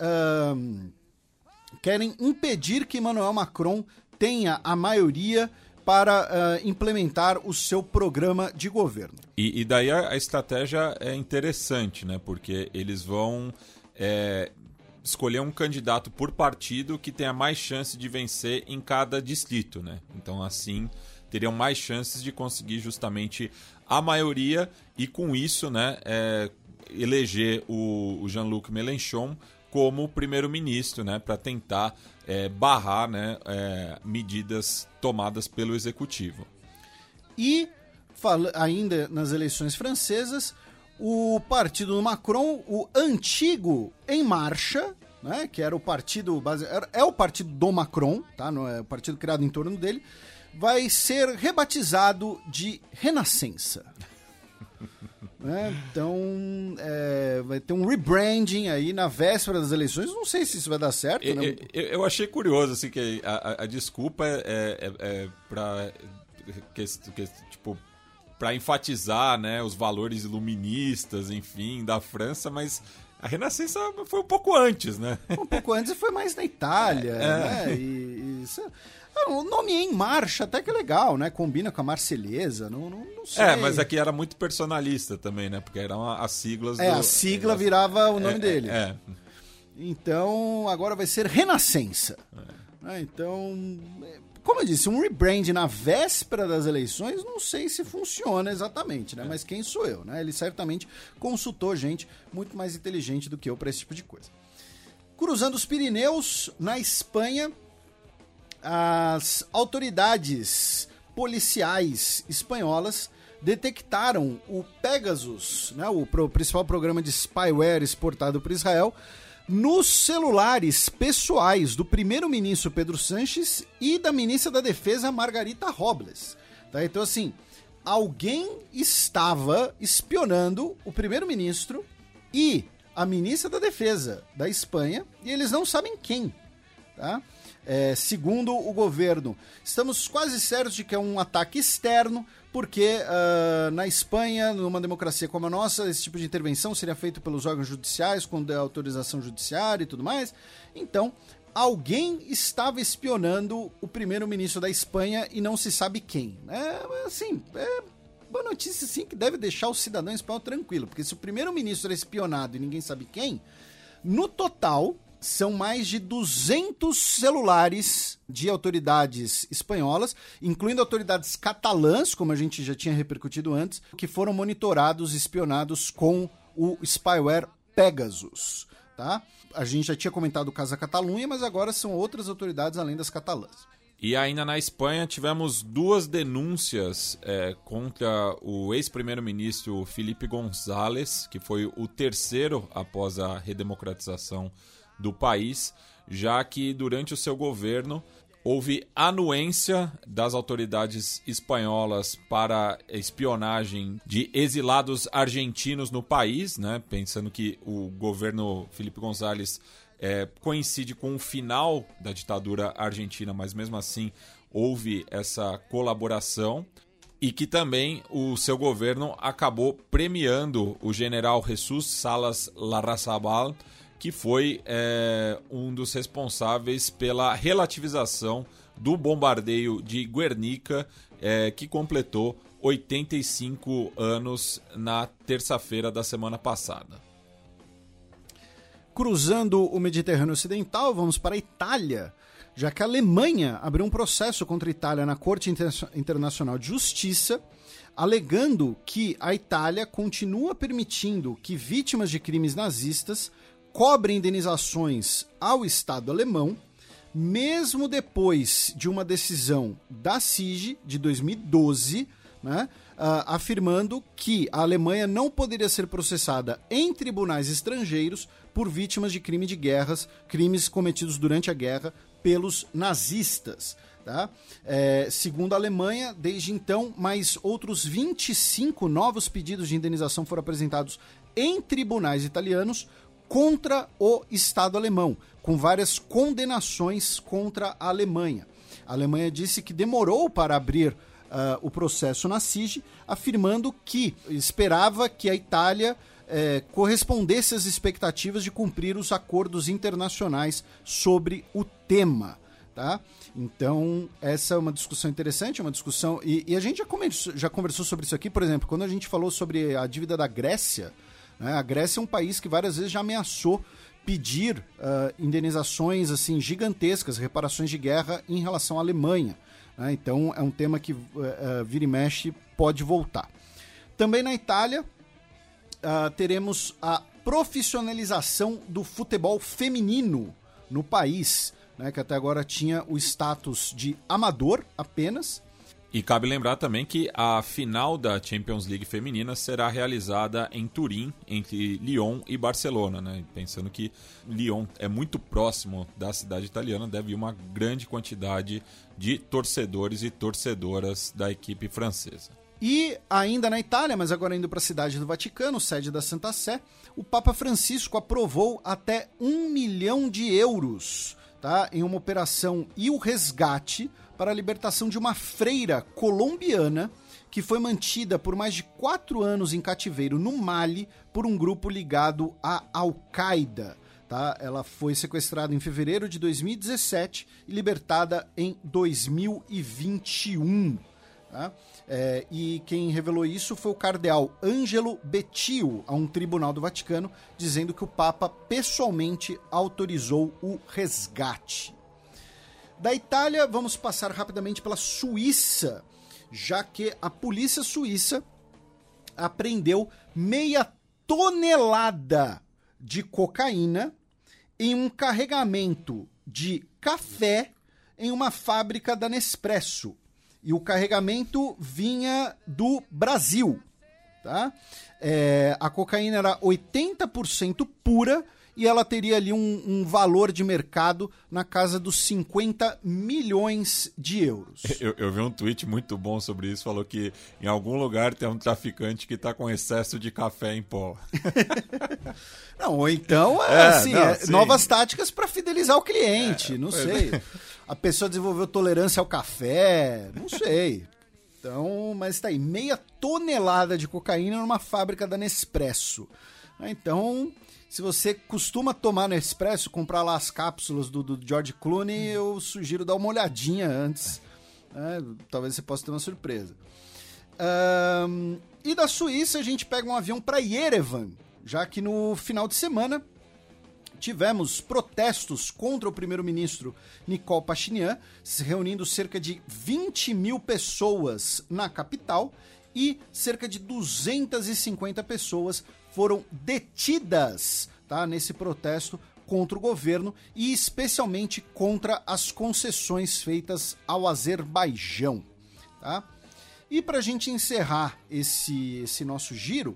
querem impedir que Emmanuel Macron tenha a maioria para implementar o seu programa de governo. E daí a estratégia é interessante, né? Porque eles vão escolher um candidato por partido que tenha mais chance de vencer em cada distrito, né? Então, assim, teriam mais chances de conseguir justamente a maioria e, com isso, né, eleger o Jean-Luc Mélenchon como primeiro-ministro, né, para tentar barrar, né, medidas tomadas pelo executivo. E, ainda nas eleições francesas, o partido do Macron, o antigo Em Marcha, né, que era o partido é o partido do Macron, tá, não é o partido criado em torno dele, vai ser rebatizado de Renascença. Então, vai ter um rebranding aí na véspera das eleições. Não sei se isso vai dar certo, né? Eu achei curioso, assim, que a desculpa é para tipo, para enfatizar, né, os valores iluministas, enfim, da França, mas A Renascença foi um pouco antes, né? Um pouco antes e foi mais na Itália, né? O nome Em Marcha até que é legal, né? Combina com a Marselhesa, não sei. Mas aqui era muito personalista também, né? Porque eram as siglas a sigla virava o nome dele. É. Então, agora vai ser Renascença. Então, como eu disse, um rebrand na véspera das eleições, não sei se funciona exatamente, né? Mas quem sou eu, né? Ele certamente consultou gente muito mais inteligente do que eu para esse tipo de coisa. Cruzando os Pirineus, na Espanha, as autoridades policiais espanholas detectaram o Pegasus, né, o principal programa de spyware exportado por Israel, nos celulares pessoais do primeiro-ministro Pedro Sánchez e da ministra da Defesa Margarita Robles. Tá? Então, assim, alguém estava espionando o primeiro-ministro e a ministra da Defesa da Espanha, e eles não sabem quem. Tá? Segundo o governo, estamos quase certos de que é um ataque externo, porque na Espanha, numa democracia como a nossa, esse tipo de intervenção seria feito pelos órgãos judiciais, com autorização judiciária e tudo mais. Então, alguém estava espionando o primeiro-ministro da Espanha e não se sabe quem. Boa notícia, sim, que deve deixar o cidadão espanhol tranquilo, porque se o primeiro-ministro é espionado e ninguém sabe quem, no total são mais de 200 celulares de autoridades espanholas, incluindo autoridades catalãs, como a gente já tinha repercutido antes, que foram monitorados e espionados com o spyware Pegasus. Tá? A gente já tinha comentado o caso da Catalunha, mas agora são outras autoridades além das catalãs. E ainda na Espanha tivemos 2 denúncias contra o ex-primeiro-ministro Felipe González, que foi o terceiro após a redemocratização do país, já que durante o seu governo houve anuência das autoridades espanholas para espionagem de exilados argentinos no país, né? Pensando que o governo Felipe González coincide com o final da ditadura argentina, mas mesmo assim houve essa colaboração. E que também o seu governo acabou premiando o general Jesús Salas Larrazabal, que foi um dos responsáveis pela relativização do bombardeio de Guernica, que completou 85 anos na terça-feira da semana passada. Cruzando o Mediterrâneo Ocidental, vamos para a Itália, já que a Alemanha abriu um processo contra a Itália na Corte Internacional de Justiça, alegando que a Itália continua permitindo que vítimas de crimes nazistas cobrem indenizações ao Estado alemão, mesmo depois de uma decisão da CIG de 2012, né, afirmando que a Alemanha não poderia ser processada em tribunais estrangeiros por vítimas de crime de guerras, crimes cometidos durante a guerra pelos nazistas. Tá? Segundo a Alemanha, desde então, mais outros 25 novos pedidos de indenização foram apresentados em tribunais italianos contra o Estado alemão, com várias condenações contra a Alemanha. A Alemanha disse que demorou para abrir o processo na CIG, afirmando que esperava que a Itália correspondesse às expectativas de cumprir os acordos internacionais sobre o tema. Tá? Então, essa é uma discussão interessante, uma discussão... E a gente já conversou sobre isso aqui, por exemplo, quando a gente falou sobre a dívida da Grécia, né? A Grécia é um país que várias vezes já ameaçou pedir indenizações assim, gigantescas, reparações de guerra em relação à Alemanha. Né? Então, é um tema que vira e mexe pode voltar. Também na Itália, teremos a profissionalização do futebol feminino no país, né, que até agora tinha o status de amador apenas. E cabe lembrar também que a final da Champions League feminina será realizada em Turim, entre Lyon e Barcelona, né? Pensando que Lyon é muito próximo da cidade italiana, deve ir uma grande quantidade de torcedores e torcedoras da equipe francesa. E ainda na Itália, mas agora indo para a cidade do Vaticano, sede da Santa Sé, o Papa Francisco aprovou até 1 milhão de euros, tá, em uma operação e o resgate para a libertação de uma freira colombiana que foi mantida por mais de 4 anos em cativeiro no Mali por um grupo ligado à Al-Qaeda. Tá? Ela foi sequestrada em fevereiro de 2017 e libertada em 2021. Tá? E quem revelou isso foi o cardeal Angelo Becciu a um tribunal do Vaticano, dizendo que o Papa pessoalmente autorizou o resgate. Da Itália, vamos passar rapidamente pela Suíça, já que a polícia suíça apreendeu 0,5 tonelada de cocaína em um carregamento de café em uma fábrica da Nespresso. E o carregamento vinha do Brasil. Tá? A cocaína era 80% pura e ela teria ali um valor de mercado na casa dos 50 milhões de euros. Eu vi um tweet muito bom sobre isso, falou que em algum lugar tem um traficante que está com excesso de café em pó. Não, ou então, novas táticas para fidelizar o cliente, não sei. A pessoa desenvolveu tolerância ao café, não sei. Então, mas tá aí, 0,5 tonelada de cocaína numa fábrica da Nespresso. Então, se você costuma tomar Nespresso, comprar lá as cápsulas do George Clooney, eu sugiro dar uma olhadinha antes. Talvez você possa ter uma surpresa. E da Suíça a gente pega um avião para Yerevan, já que no final de semana tivemos protestos contra o primeiro-ministro Nikol Pashinyan, reunindo cerca de 20 mil pessoas na capital e cerca de 250 pessoas foram detidas, tá, nesse protesto contra o governo e especialmente contra as concessões feitas ao Azerbaijão. Tá? E para a gente encerrar esse nosso giro,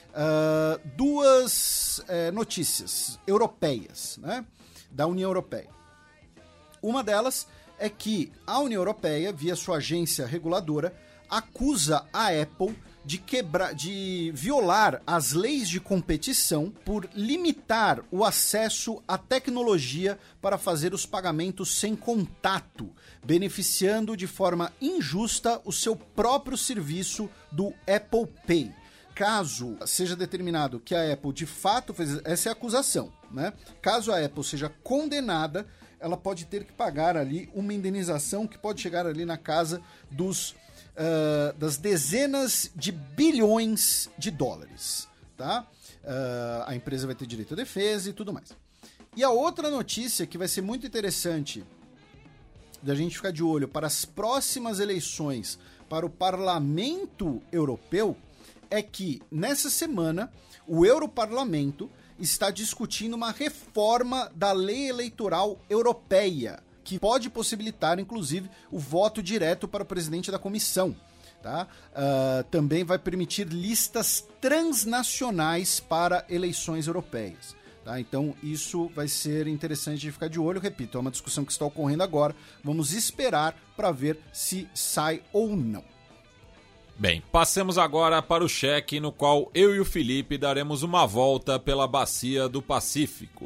duas notícias europeias, né, da União Europeia. Uma delas é que a União Europeia, via sua agência reguladora, acusa a Apple de violar as leis de competição por limitar o acesso à tecnologia para fazer os pagamentos sem contato, beneficiando de forma injusta o seu próprio serviço do Apple Pay. Caso seja determinado que a Apple de fato fez, essa é a acusação, né? Caso a Apple seja condenada, ela pode ter que pagar ali uma indenização que pode chegar ali na casa das dezenas de bilhões de dólares, tá? A empresa vai ter direito à defesa e tudo mais. E a outra notícia que vai ser muito interessante da gente ficar de olho para as próximas eleições para o Parlamento Europeu é que, nessa semana, o Europarlamento está discutindo uma reforma da lei eleitoral europeia, que pode possibilitar, inclusive, o voto direto para o presidente da comissão. Tá? Também vai permitir listas transnacionais para eleições europeias. Tá? Então, isso vai ser interessante de ficar de olho. Repito, é uma discussão que está ocorrendo agora. Vamos esperar para ver se sai ou não. Bem, passemos agora para o cheque, no qual eu e o Felipe daremos uma volta pela bacia do Pacífico.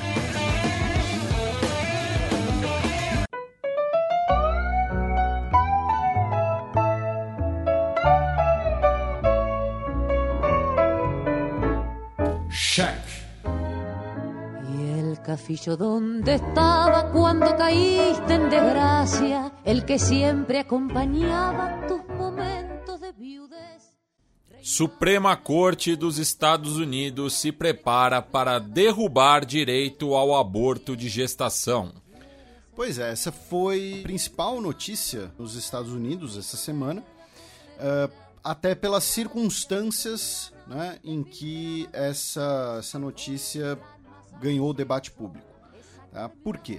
Cheque. Y el cafillo donde estaba cuando caíste en desgracia, el que siempre acompañaba tus momentos de viudez. Suprema Corte dos Estados Unidos se prepara para derrubar direito ao aborto de gestação. Pois é, essa foi a principal notícia nos Estados Unidos essa semana, até pelas circunstâncias, né, em que essa notícia ganhou o debate público. Tá? Por quê?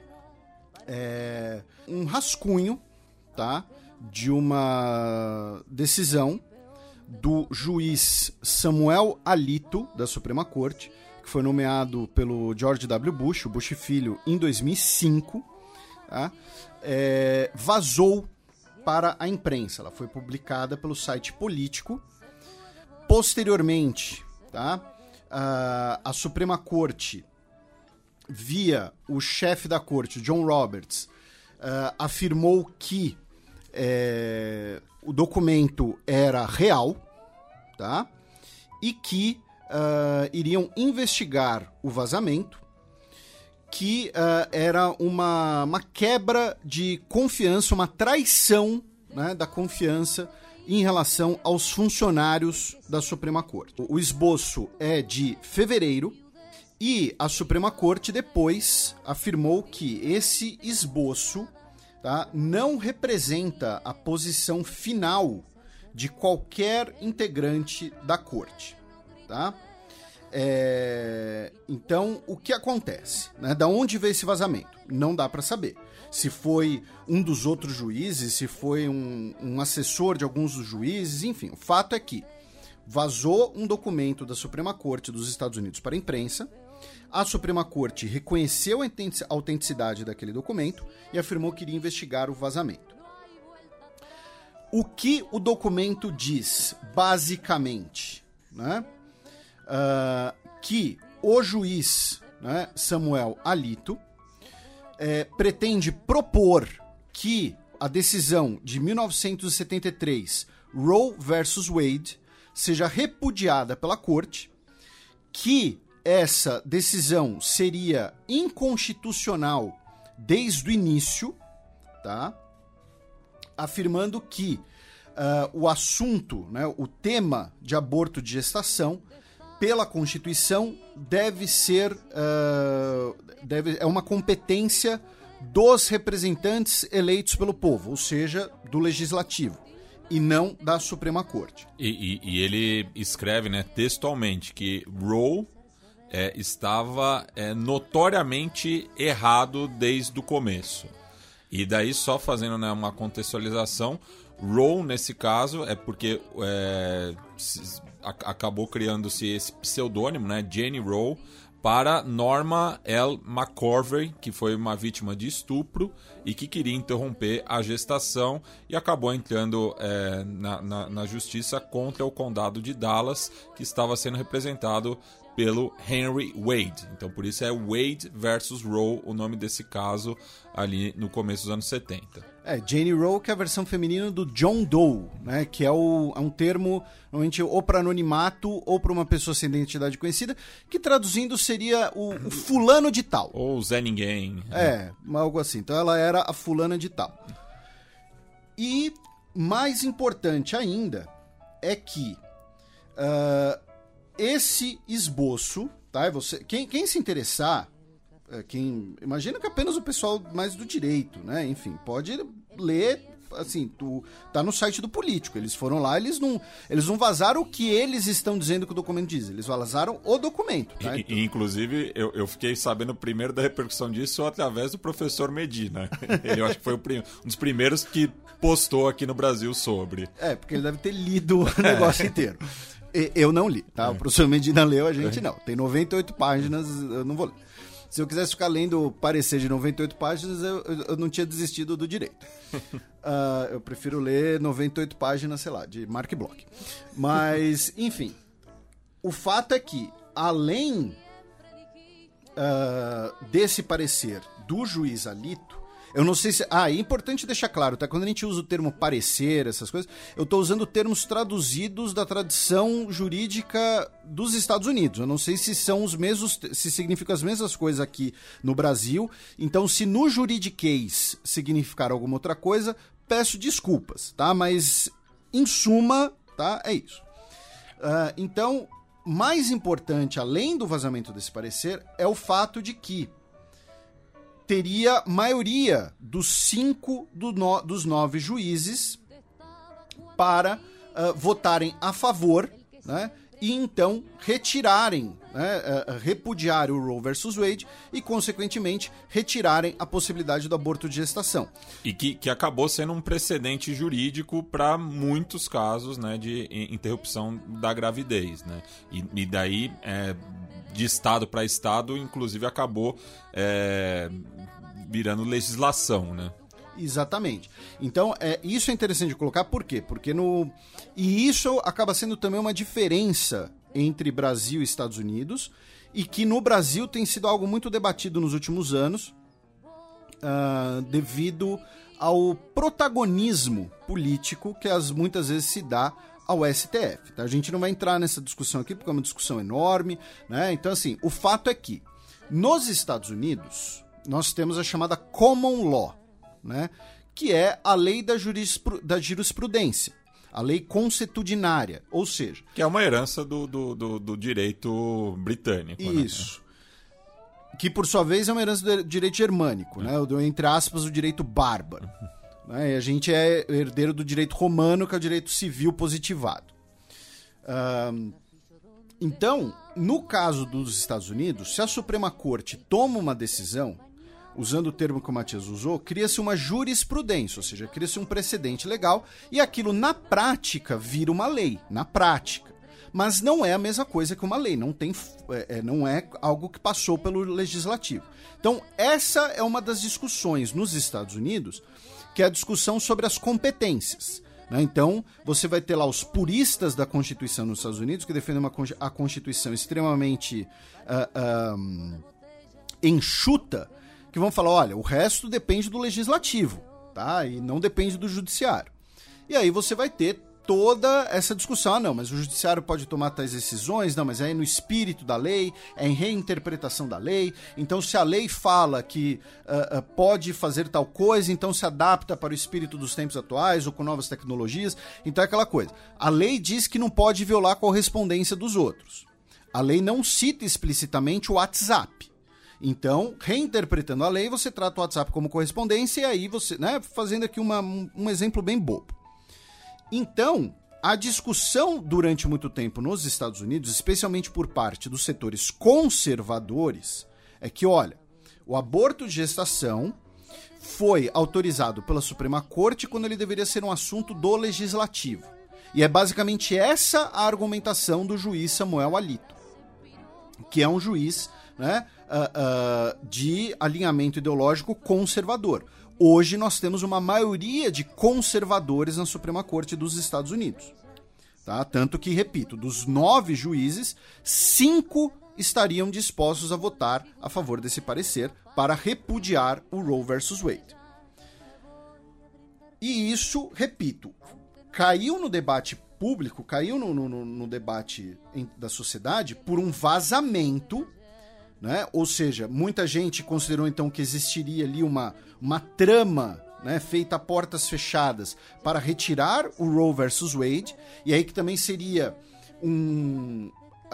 Um rascunho, tá, de uma decisão do juiz Samuel Alito, da Suprema Corte, que foi nomeado pelo George W. Bush, o Bush filho, em 2005, tá? Vazou para a imprensa. Ela foi publicada pelo site Político. Posteriormente, tá? A Suprema Corte, via o chefe da corte, John Roberts, afirmou que o documento era real, tá? E que iriam investigar o vazamento, que era uma quebra de confiança, uma traição, né, da confiança em relação aos funcionários da Suprema Corte. O esboço é de fevereiro e a Suprema Corte depois afirmou que esse esboço, tá, não representa a posição final de qualquer integrante da Corte, tá? Então, o que acontece? Né? Da onde veio esse vazamento? Não dá para saber. Se foi um dos outros juízes, se foi um assessor de alguns dos juízes, enfim. O fato é que vazou um documento da Suprema Corte dos Estados Unidos para a imprensa, a Suprema Corte reconheceu a autenticidade daquele documento e afirmou que iria investigar o vazamento. O que o documento diz, basicamente, né? Que o juiz, né, Samuel Alito pretende propor que a decisão de 1973, Roe versus Wade, seja repudiada pela Corte, que essa decisão seria inconstitucional desde o início, tá? Afirmando que o assunto, né, o tema de aborto de gestação, pela Constituição, deve ser é uma competência dos representantes eleitos pelo povo, ou seja, do Legislativo, e não da Suprema Corte. E ele escreve, né, textualmente que Roe estava notoriamente errado desde o começo. E daí, só fazendo, né, uma contextualização, Roe, nesse caso, é porque acabou criando-se esse pseudônimo, né, Jane Roe, para Norma L. McCorvey, que foi uma vítima de estupro e que queria interromper a gestação e acabou entrando na justiça contra o condado de Dallas, que estava sendo representado pelo Henry Wade. Então, por isso é Wade versus Roe, o nome desse caso ali no começo dos anos 70. Jane Roe, que é a versão feminina do John Doe, né, que é um termo, normalmente, ou para anonimato ou para uma pessoa sem identidade conhecida, que traduzindo seria o fulano de tal. Ou Zé Ninguém. Algo assim. Então ela era a fulana de tal. E, mais importante ainda, é que esse esboço, tá? Quem se interessar, imagina que apenas o pessoal mais do direito, né? Enfim, pode ler, assim, tá no site do Político. Eles foram lá, eles não vazaram o que eles estão dizendo que o documento diz, eles vazaram o documento, tá? E inclusive, eu fiquei sabendo primeiro da repercussão disso através do professor Medina. Ele, eu acho que foi um dos primeiros que postou aqui no Brasil sobre. Porque ele deve ter lido o negócio inteiro. Eu não li, tá? O professor Medina leu, a gente não. Tem 98 páginas, eu não vou ler. Se eu quisesse ficar lendo o parecer de 98 páginas, eu não tinha desistido do direito. Eu prefiro ler 98 páginas, sei lá, de Mark Bloch. Mas, enfim, o fato é que, além desse parecer do juiz Alito, eu não sei se... é importante deixar claro, tá? Quando a gente usa o termo parecer, essas coisas, eu estou usando termos traduzidos da tradição jurídica dos Estados Unidos. Eu não sei se são os mesmos, se significam as mesmas coisas aqui no Brasil. Então, se no juridiquês significar alguma outra coisa, peço desculpas, tá? Mas, em suma, tá? É isso. Então, mais importante, além do vazamento desse parecer, é o fato de que teria maioria dos 5 dos 9 juízes para votarem a favor, né, e então retirarem, né, repudiarem o Roe versus Wade e, consequentemente, retirarem a possibilidade do aborto de gestação. E que acabou sendo um precedente jurídico para muitos casos, né, de interrupção da gravidez, né? E daí... de estado para estado, inclusive acabou virando legislação, né? Exatamente. Então, isso é interessante de colocar, por quê? Porque e isso acaba sendo também uma diferença entre Brasil e Estados Unidos, e que no Brasil tem sido algo muito debatido nos últimos anos, devido ao protagonismo político que muitas vezes se dá ao STF. Tá? A gente não vai entrar nessa discussão aqui porque é uma discussão enorme, né? Então, assim, o fato é que nos Estados Unidos nós temos a chamada common law, né? Que é a lei da jurisprudência, a lei consuetudinária, ou seja... Que é uma herança do direito britânico. Isso. Né? Que, por sua vez, é uma herança do direito germânico, né? Entre aspas, o direito bárbaro. Né? E a gente é herdeiro do direito romano, que é o direito civil positivado. Então, no caso dos Estados Unidos, se a Suprema Corte toma uma decisão, usando o termo que o Matias usou, cria-se uma jurisprudência, ou seja, cria-se um precedente legal e aquilo na prática vira uma lei, na prática. Mas não é a mesma coisa que uma lei, não é algo que passou pelo legislativo. Então, essa é uma das discussões nos Estados Unidos, que é a discussão sobre as competências. Né? Então, você vai ter lá os puristas da Constituição nos Estados Unidos, que defendem a Constituição extremamente enxuta, que vão falar, olha, o resto depende do legislativo, tá? E não depende do judiciário. E aí você vai ter toda essa discussão, não, mas o judiciário pode tomar tais decisões, não, mas é no espírito da lei, é em reinterpretação da lei, então se a lei fala que pode fazer tal coisa, então se adapta para o espírito dos tempos atuais ou com novas tecnologias, então é aquela coisa. A lei diz que não pode violar a correspondência dos outros. A lei não cita explicitamente o WhatsApp. Então, reinterpretando a lei, você trata o WhatsApp como correspondência e aí você, né, fazendo aqui um exemplo bem bobo. Então, a discussão durante muito tempo nos Estados Unidos, especialmente por parte dos setores conservadores, é que, olha, o aborto de gestação foi autorizado pela Suprema Corte quando ele deveria ser um assunto do legislativo. E é basicamente essa a argumentação do juiz Samuel Alito, que é um juiz, né, de alinhamento ideológico conservador. Hoje nós temos uma maioria de conservadores na Suprema Corte dos Estados Unidos. Tá? Tanto que, repito, dos 9 juízes, 5 estariam dispostos a votar a favor desse parecer para repudiar o Roe versus Wade. E isso, repito, caiu no debate público, caiu no debate da sociedade por um vazamento, né? Ou seja, muita gente considerou então que existiria ali uma trama, né, feita a portas fechadas para retirar o Roe versus Wade, e aí que também seria um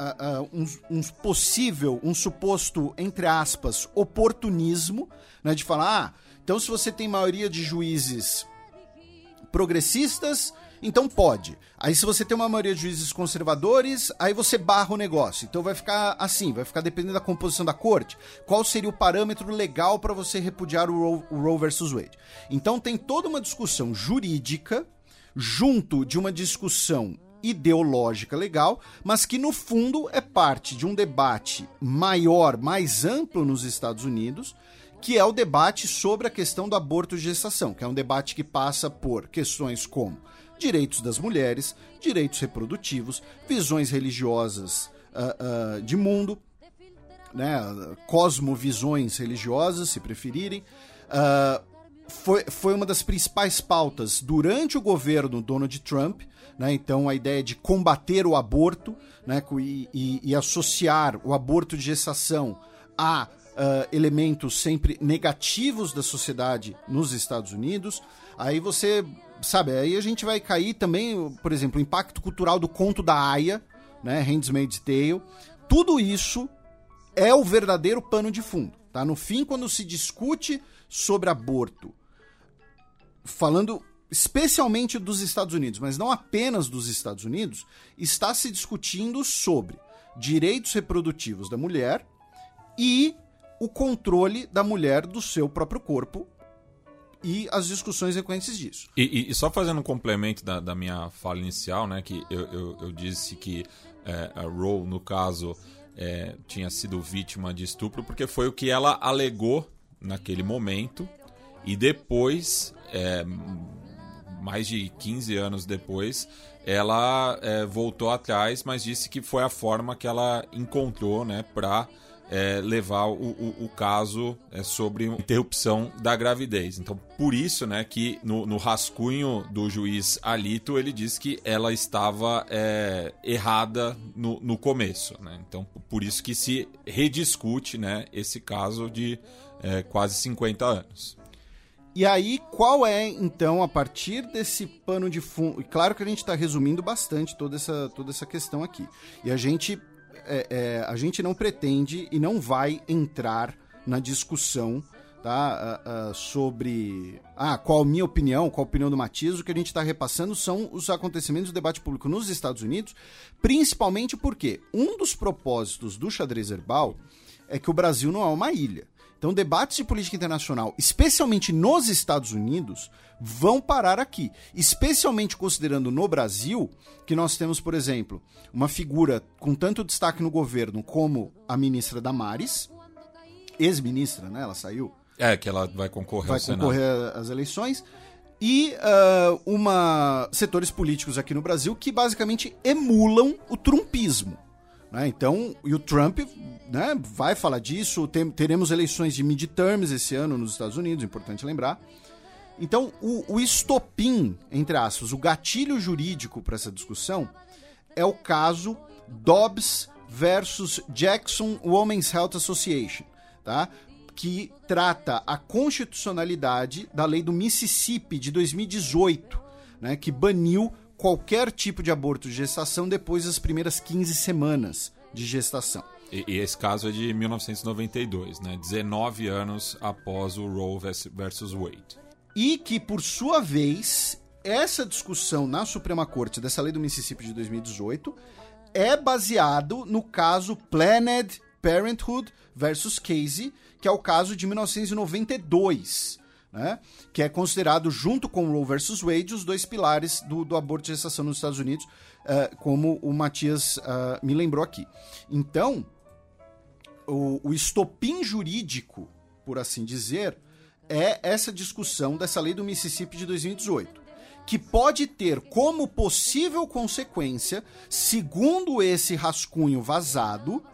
suposto, entre aspas, oportunismo, né, de falar, então se você tem maioria de juízes progressistas, então pode. Aí se você tem uma maioria de juízes conservadores, aí você barra o negócio. Então vai ficar assim, vai ficar dependendo da composição da corte. Qual seria o parâmetro legal para você repudiar o Roe versus Wade? Então tem toda uma discussão jurídica junto de uma discussão ideológica legal, mas que no fundo é parte de um debate maior, mais amplo nos Estados Unidos, que é o debate sobre a questão do aborto de gestação, que é um debate que passa por questões como direitos das mulheres, direitos reprodutivos, visões religiosas de mundo, né, cosmovisões religiosas, se preferirem. Foi uma das principais pautas durante o governo Donald Trump, né, então a ideia de combater o aborto, né, e associar o aborto de gestação a elementos sempre negativos da sociedade nos Estados Unidos. Aí você sabe, aí a gente vai cair também, por exemplo, o impacto cultural do conto da Aya, né, Handmaid's Tale. Tudo isso é o verdadeiro pano de fundo, tá? No fim, quando se discute sobre aborto, falando especialmente dos Estados Unidos, mas não apenas dos Estados Unidos, está se discutindo sobre direitos reprodutivos da mulher e o controle da mulher do seu próprio corpo e as discussões recorrentes disso. E só fazendo um complemento da minha fala inicial, né, que eu disse que a Roe, no caso, tinha sido vítima de estupro porque foi o que ela alegou naquele momento, e depois, mais de 15 anos depois, ela voltou atrás, mas disse que foi a forma que ela encontrou, né, para levar o caso sobre interrupção da gravidez. Então, por isso, né, que no rascunho do juiz Alito, ele diz que ela estava errada no começo, né? Então, por isso que se rediscute, né, esse caso de quase 50 anos. E aí, qual é, então, a partir desse pano de fundo... E claro que a gente está resumindo bastante toda essa questão aqui. E a gente não pretende e não vai entrar na discussão, tá, sobre qual a minha opinião, qual a opinião do Matias. O que a gente está repassando são os acontecimentos do debate público nos Estados Unidos, principalmente porque um dos propósitos do Xadrez Herbal é que o Brasil não é uma ilha. Então, debates de política internacional, especialmente nos Estados Unidos, vão parar aqui. Especialmente considerando no Brasil, que nós temos, por exemplo, uma figura com tanto destaque no governo como a ministra Damares, ex-ministra, né? Ela saiu. Que ela vai concorrer ao Senado. Vai concorrer às eleições. E setores políticos aqui no Brasil que basicamente emulam o trumpismo. Então, e o Trump, né, vai falar disso, teremos eleições de midterms esse ano nos Estados Unidos, importante lembrar. Então, o estopim, entre aspas, o gatilho jurídico para essa discussão é o caso Dobbs versus Jackson Women's Health Association, tá? Que trata a constitucionalidade da lei do Mississippi de 2018, né, que baniu qualquer tipo de aborto de gestação depois das primeiras 15 semanas de gestação. E esse caso é de 1992, né? 19 anos após o Roe versus Wade. E que, por sua vez, essa discussão na Suprema Corte dessa lei do Mississippi de 2018 é baseado no caso Planned Parenthood versus Casey, que é o caso de 1992, né? Que é considerado, junto com o Roe versus Wade, os dois pilares do aborto de gestação nos Estados Unidos, como o Matias me lembrou aqui. Então, o estopim jurídico, por assim dizer, é essa discussão dessa lei do Mississippi de 2018, que pode ter como possível consequência, segundo esse rascunho vazado,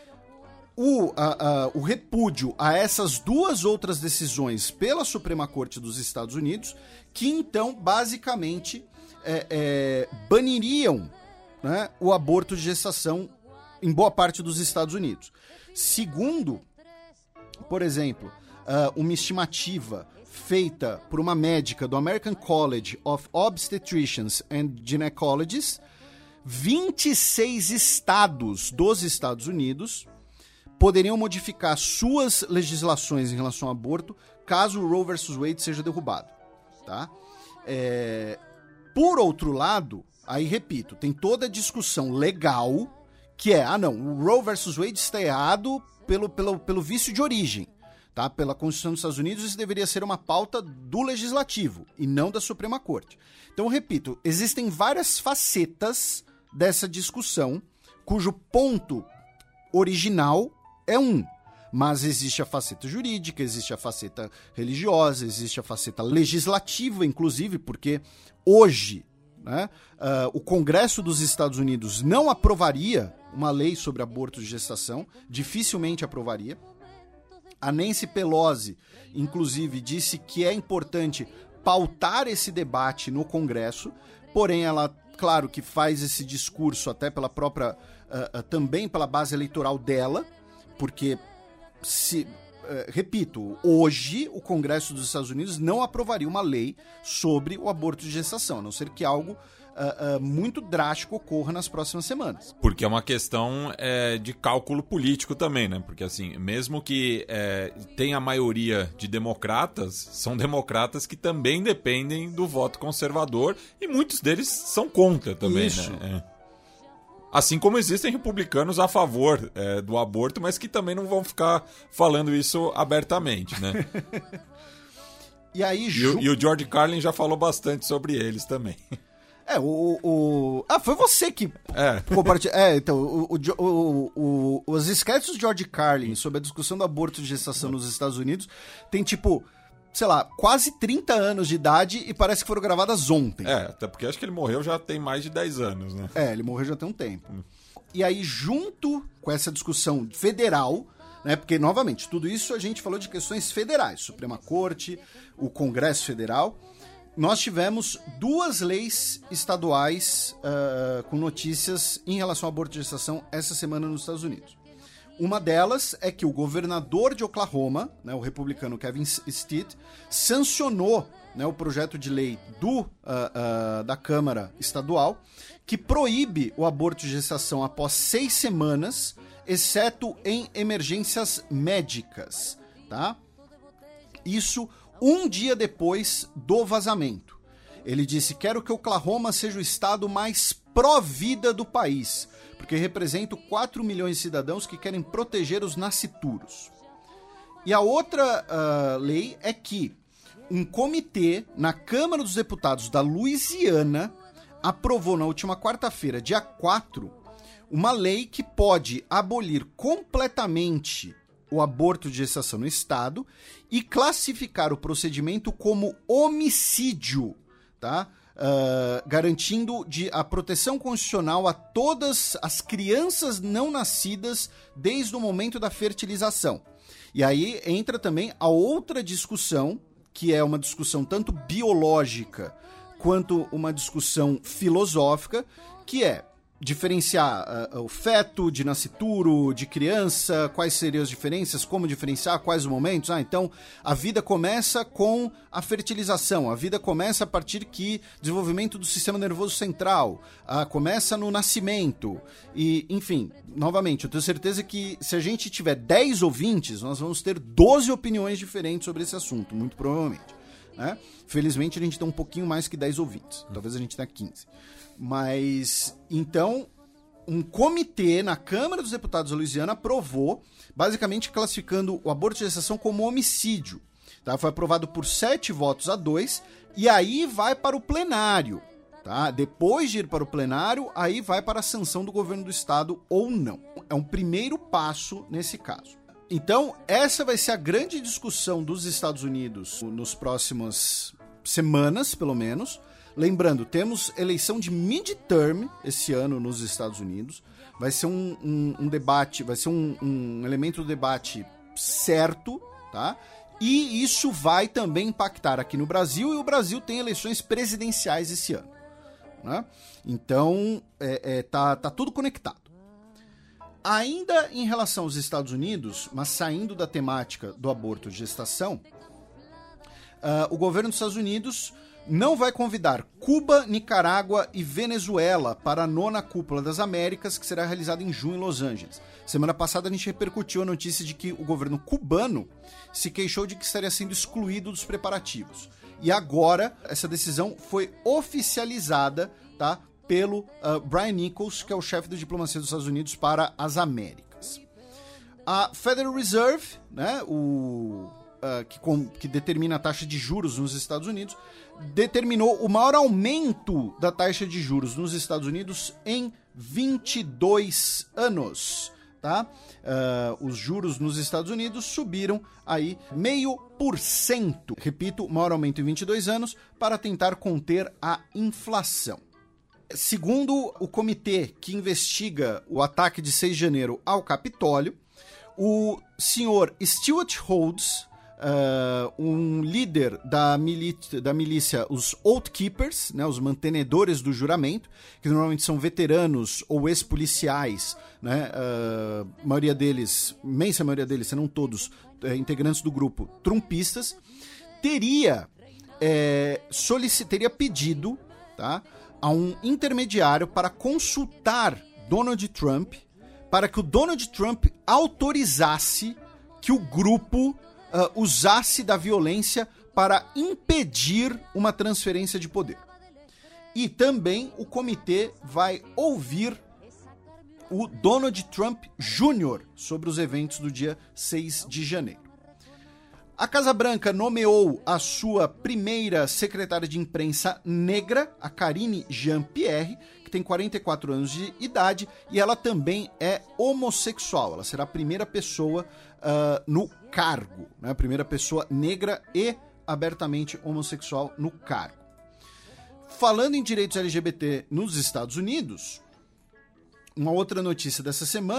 o repúdio a essas duas outras decisões pela Suprema Corte dos Estados Unidos, que então basicamente baniriam, né, o aborto de gestação em boa parte dos Estados Unidos. Segundo, por exemplo, uma estimativa feita por uma médica do American College of Obstetricians and Gynecologists, 26 estados dos Estados Unidos poderiam modificar suas legislações em relação ao aborto caso o Roe versus Wade seja derrubado, tá? Por outro lado, aí repito, tem toda a discussão legal que o Roe versus Wade está errado pelo vício de origem, tá? Pela Constituição dos Estados Unidos, isso deveria ser uma pauta do Legislativo e não da Suprema Corte. Então, repito, existem várias facetas dessa discussão, cujo ponto original é mas existe a faceta jurídica, existe a faceta religiosa, existe a faceta legislativa, inclusive, porque hoje, né, o Congresso dos Estados Unidos não aprovaria uma lei sobre aborto de gestação, dificilmente aprovaria. A Nancy Pelosi, inclusive, disse que é importante pautar esse debate no Congresso, porém ela, claro, que faz esse discurso até pela própria, também pela base eleitoral dela, porque, repito, hoje o Congresso dos Estados Unidos não aprovaria uma lei sobre o aborto de gestação, a não ser que algo muito drástico ocorra nas próximas semanas. Porque é uma questão de cálculo político também, né? Porque, assim, mesmo que tenha a maioria de democratas, são democratas que também dependem do voto conservador e muitos deles são contra também, isso, né? Assim como existem republicanos a favor do aborto, mas que também não vão ficar falando isso abertamente, né? E aí, e o George Carlin já falou bastante sobre eles também. Foi você que compartilhou. Então, os sketches do George Carlin sobre a discussão do aborto de gestação nos Estados Unidos tem, tipo, sei lá, quase 30 anos de idade e parece que foram gravadas ontem. Até porque acho que ele morreu já tem mais de 10 anos, né? Ele morreu já tem um tempo. E aí, junto com essa discussão federal, né? Porque, novamente, tudo isso a gente falou de questões federais, Suprema Corte, o Congresso Federal. Nós tivemos 2 leis estaduais com notícias em relação ao aborto de gestação essa semana nos Estados Unidos. Uma delas é que o governador de Oklahoma, né, o republicano Kevin Stitt, sancionou, né, o projeto de lei da Câmara Estadual que proíbe o aborto de gestação após 6 semanas, exceto em emergências médicas, tá? Isso 1 dia depois do vazamento. Ele disse: quero que Oklahoma seja o estado mais pró-vida do país, porque representa 4 milhões de cidadãos que querem proteger os nascituros. E a outra lei é que um comitê na Câmara dos Deputados da Louisiana aprovou na última quarta-feira, dia 4, uma lei que pode abolir completamente o aborto de gestação no estado e classificar o procedimento como homicídio, tá? Garantindo a proteção constitucional a todas as crianças não nascidas desde o momento da fertilização. E aí entra também a outra discussão, que é uma discussão tanto biológica quanto uma discussão filosófica, que é diferenciar o feto de nascituro, de criança, quais seriam as diferenças, como diferenciar, quais os momentos. Então, a vida começa com a fertilização, a vida começa a partir do desenvolvimento do sistema nervoso central, começa no nascimento, e, enfim, novamente, eu tenho certeza que se a gente tiver 10 ouvintes, nós vamos ter 12 opiniões diferentes sobre esse assunto, muito provavelmente. Né? Felizmente, a gente tem um pouquinho mais que 10 ouvintes, talvez a gente tenha 15. Mas, então, um comitê na Câmara dos Deputados da Louisiana aprovou, basicamente classificando o aborto de gestação como homicídio. Tá? Foi aprovado por 7-2, e aí vai para o plenário. Tá? Depois de ir para o plenário, aí vai para a sanção do governo do estado ou não. É um primeiro passo nesse caso. Então, essa vai ser a grande discussão dos Estados Unidos nos próximas semanas, pelo menos. Lembrando, temos eleição de midterm esse ano nos Estados Unidos. Vai ser um debate, vai ser um elemento do debate certo, tá? E isso vai também impactar aqui no Brasil, e o Brasil tem eleições presidenciais esse ano, né? Então, tá tudo conectado. Ainda em relação aos Estados Unidos, mas saindo da temática do aborto de gestação, o governo dos Estados Unidos não vai convidar Cuba, Nicarágua e Venezuela para a 9ª Cúpula das Américas, que será realizada em junho em Los Angeles. Semana passada a gente repercutiu a notícia de que o governo cubano se queixou de que estaria sendo excluído dos preparativos. E agora essa decisão foi oficializada, tá, pelo Brian Nichols, que é o chefe da diplomacia dos Estados Unidos para as Américas. A Federal Reserve, né, que determina a taxa de juros nos Estados Unidos, determinou o maior aumento da taxa de juros nos Estados Unidos em 22 anos. Tá? Os juros nos Estados Unidos subiram aí 0,5%. Repito, maior aumento em 22 anos para tentar conter a inflação. Segundo o comitê que investiga o ataque de 6 de janeiro ao Capitólio, o senhor Stuart Rhodes, um líder da milícia, os Oath Keepers, né, os mantenedores do juramento, que normalmente são veteranos ou ex-policiais, né, imensa maioria deles, se não todos, integrantes do grupo trumpistas, teria pedido, tá, a um intermediário para consultar Donald Trump, para que o Donald Trump autorizasse que o grupo usasse da violência para impedir uma transferência de poder. E também o comitê vai ouvir o Donald Trump Jr. sobre os eventos do dia 6 de janeiro. A Casa Branca nomeou a sua primeira secretária de imprensa negra, a Karine Jean-Pierre, que tem 44 anos de idade, e ela também é homossexual. Ela será a primeira pessoa no cargo, né? A primeira pessoa negra e abertamente homossexual no cargo. Falando em direitos LGBT nos Estados Unidos, uma outra notícia dessa semana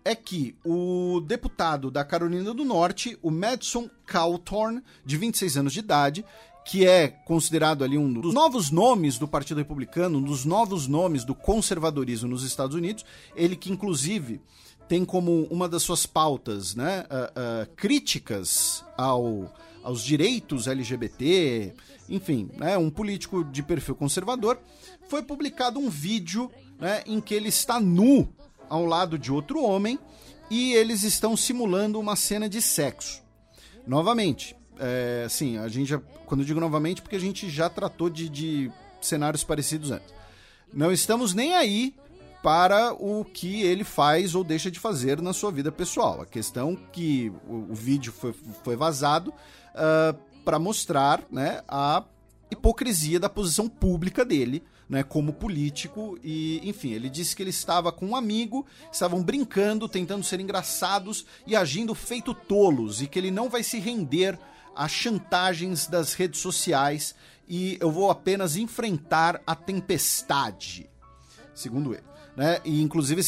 é que o deputado da Carolina do Norte, o Madison Cawthorn, de 26 anos de idade, que é considerado ali um dos novos nomes do Partido Republicano, um dos novos nomes do conservadorismo nos Estados Unidos, ele que inclusive tem como uma das suas pautas, né, críticas aos direitos LGBT, enfim, né, um político de perfil conservador, foi publicado um vídeo, né, em que ele está nu ao lado de outro homem e eles estão simulando uma cena de sexo. Novamente, assim, a gente já, quando eu digo novamente, porque a gente já tratou de cenários parecidos antes. Não estamos nem aí para o que ele faz ou deixa de fazer na sua vida pessoal. A questão que o vídeo foi vazado para mostrar, né, a hipocrisia da posição pública dele, né, como político, e enfim, ele disse que ele estava com um amigo, estavam brincando, tentando ser engraçados e agindo feito tolos, e que ele não vai se render a chantagens das redes sociais e eu vou apenas enfrentar a tempestade, segundo ele, né? E inclusive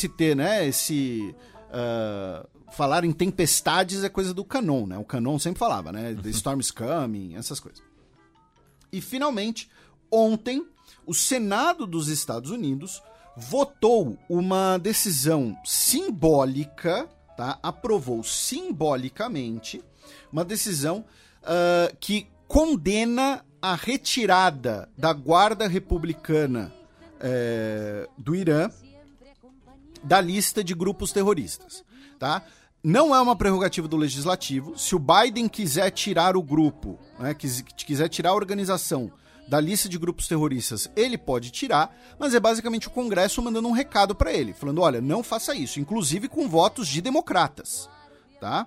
falar em tempestades é coisa do Cannon, né? O Cannon sempre falava, né? The storm is coming, essas coisas. E finalmente, ontem, o Senado dos Estados Unidos votou uma decisão simbólica, tá? Aprovou simbolicamente uma decisão que condena a retirada da Guarda Republicana do Irã da lista de grupos terroristas, tá? Não é uma prerrogativa do legislativo. Se o Biden quiser tirar o grupo, né, quiser tirar a organização da lista de grupos terroristas, ele pode tirar, mas é basicamente o Congresso mandando um recado para ele, falando, olha, não faça isso, inclusive com votos de democratas, tá?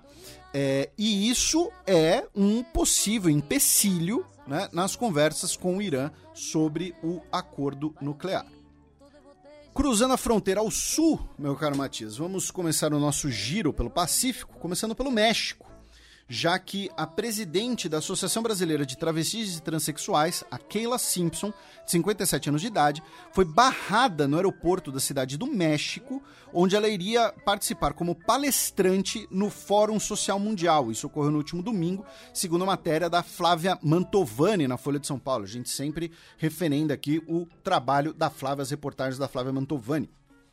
E isso é um possível empecilho, né, nas conversas com o Irã sobre o acordo nuclear. Cruzando a fronteira ao sul, meu caro Matias, vamos começar o nosso giro pelo Pacífico, começando pelo México, já que a presidente da Associação Brasileira de Travestis e Transsexuais, a Kayla Simpson, de 57 anos de idade, foi barrada no aeroporto da cidade do México, onde ela iria participar como palestrante no Fórum Social Mundial. Isso ocorreu no último domingo, segundo a matéria da Flávia Mantovani, na Folha de São Paulo. A gente sempre referenda aqui o trabalho da Flávia, as reportagens da Flávia Mantovani.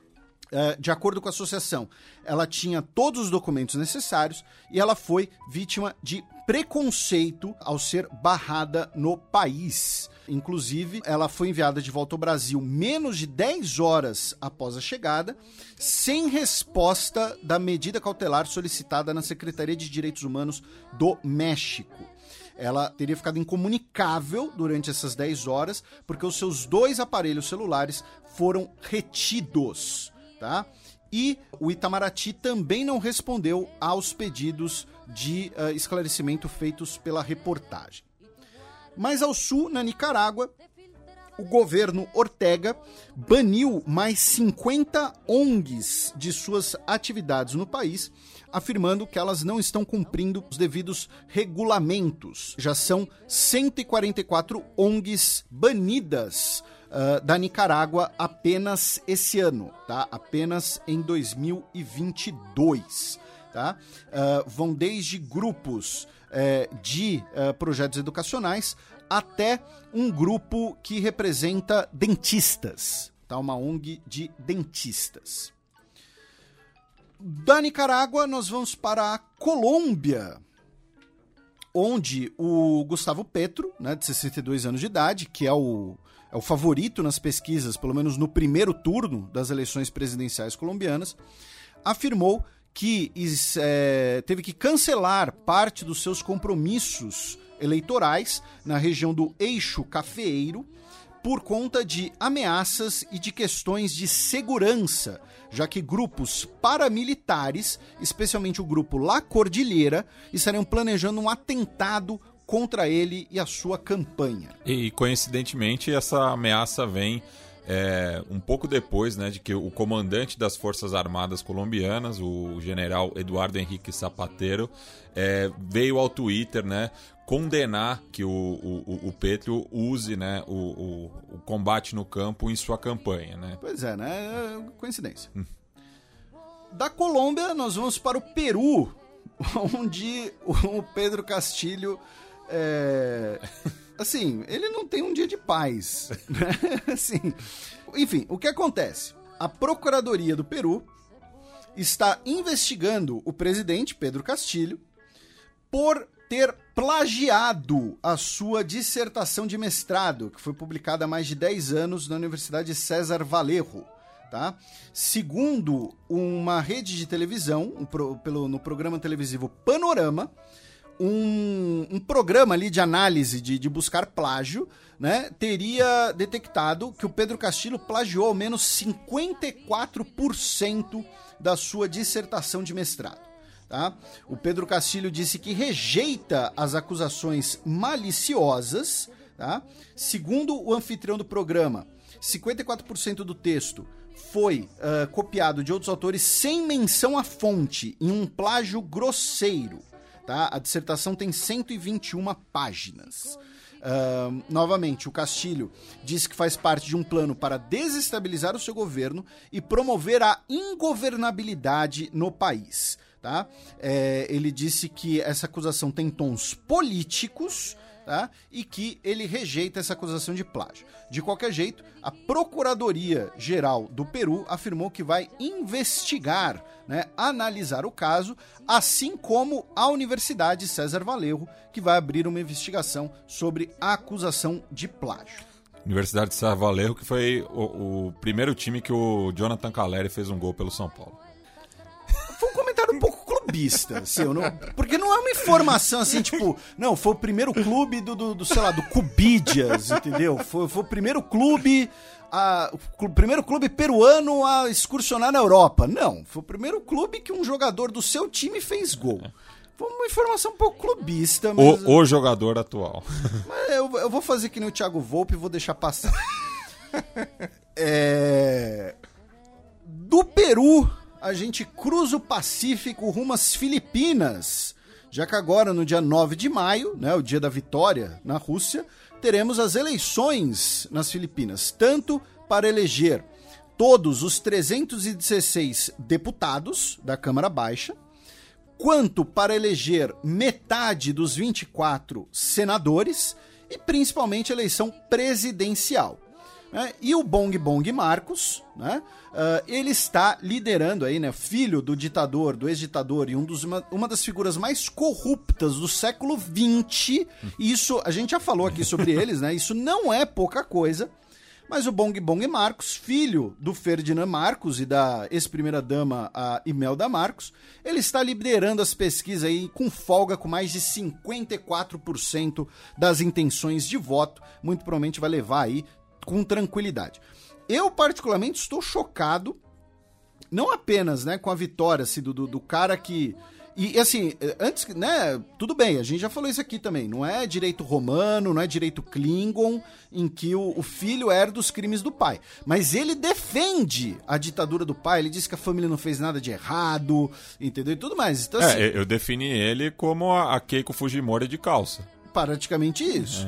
De acordo com a associação, ela tinha todos os documentos necessários e ela foi vítima de preconceito ao ser barrada no país. Inclusive, ela foi enviada de volta ao Brasil menos de 10 horas após a chegada, sem resposta da medida cautelar solicitada na Secretaria de Direitos Humanos do México. Ela teria ficado incomunicável durante essas 10 horas, porque os seus 2 aparelhos celulares foram retidos. Tá? E o Itamaraty também não respondeu aos pedidos de esclarecimento feitos pela reportagem. Mais ao sul, na Nicarágua, o governo Ortega baniu mais 50 ONGs de suas atividades no país, afirmando que elas não estão cumprindo os devidos regulamentos. Já são 144 ONGs banidas da Nicarágua apenas esse ano, tá? Apenas em 2022, tá? Vão desde grupos de projetos educacionais até um grupo que representa dentistas, tá? Uma ONG de dentistas. Da Nicarágua, nós vamos para a Colômbia, onde o Gustavo Petro, né, de 62 anos de idade, que é o favorito nas pesquisas, pelo menos no primeiro turno das eleições presidenciais colombianas, afirmou que teve que cancelar parte dos seus compromissos eleitorais na região do Eixo Cafeeiro por conta de ameaças e de questões de segurança, já que grupos paramilitares, especialmente o grupo La Cordillera, estariam planejando um atentado contra ele e a sua campanha. E, coincidentemente, essa ameaça vem um pouco depois, né, de que o comandante das Forças Armadas colombianas, o general Eduardo Henrique Zapatero, veio ao Twitter, né, condenar que o Petro use, né, o combate no campo em sua campanha. Né? Pois é, né? Coincidência. Da Colômbia, nós vamos para o Peru, onde o Pedro Castilho, assim, ele não tem um dia de paz, né? Assim, enfim, o que acontece? A Procuradoria do Peru está investigando o presidente, Pedro Castilho, por ter plagiado a sua dissertação de mestrado, que foi publicada há mais de 10 anos na Universidade César Vallejo. Tá? Segundo uma rede de televisão, no programa televisivo Panorama, um programa ali de análise de buscar plágio, né, teria detectado que o Pedro Castilho plagiou ao menos 54% da sua dissertação de mestrado. Tá? O Pedro Castilho disse que rejeita as acusações maliciosas. Tá? Segundo o anfitrião do programa, 54% do texto foi copiado de outros autores sem menção à fonte, em um plágio grosseiro. Tá? A dissertação tem 121 páginas. Novamente, o Castilho disse que faz parte de um plano para desestabilizar o seu governo e promover a ingovernabilidade no país. Tá? Ele disse que essa acusação tem tons políticos, tá? E que ele rejeita essa acusação de plágio. De qualquer jeito, a Procuradoria-Geral do Peru afirmou que vai investigar, né, analisar o caso, assim como a Universidade César Vallejo, que vai abrir uma investigação sobre a acusação de plágio. Universidade César Vallejo, que foi o primeiro time que o Jonathan Calleri fez um gol pelo São Paulo. Foi um comentário um pouco clubista, assim, porque não é uma informação assim, tipo, não, foi o primeiro clube sei lá, do Cubidias, entendeu? Foi o primeiro clube, o primeiro clube peruano a excursionar na Europa. Não, foi o primeiro clube que um jogador do seu time fez gol. Foi uma informação um pouco clubista. Mas o jogador atual. Mas eu vou fazer que nem o Thiago Volpe e vou deixar passar. Do Peru, a gente cruza o Pacífico rumo às Filipinas, já que agora, no dia 9 de maio, né, o dia da vitória na Rússia, teremos as eleições nas Filipinas, tanto para eleger todos os 316 deputados da Câmara Baixa, quanto para eleger metade dos 24 senadores e principalmente a eleição presidencial. E o Bong Bong Marcos, né, ele está liderando aí, né, filho do ditador, do ex-ditador e uma das figuras mais corruptas do século XX. Isso, a gente já falou aqui sobre eles, né? Isso não é pouca coisa. Mas o Bong Bong Marcos, filho do Ferdinand Marcos e da ex-primeira-dama Imelda Marcos, ele está liderando as pesquisas aí com folga, com mais de 54% das intenções de voto. Muito provavelmente vai levar aí com tranquilidade. Eu, particularmente, estou chocado, não apenas, né, com a vitória assim, do cara que... E, assim, antes, né, tudo bem, a gente já falou isso aqui também, não é direito romano, não é direito Klingon, em que o filho herda os crimes do pai. Mas ele defende a ditadura do pai, ele diz que a família não fez nada de errado, entendeu? E tudo mais. Então, assim, eu defini ele como a Keiko Fujimori de calça. Praticamente isso.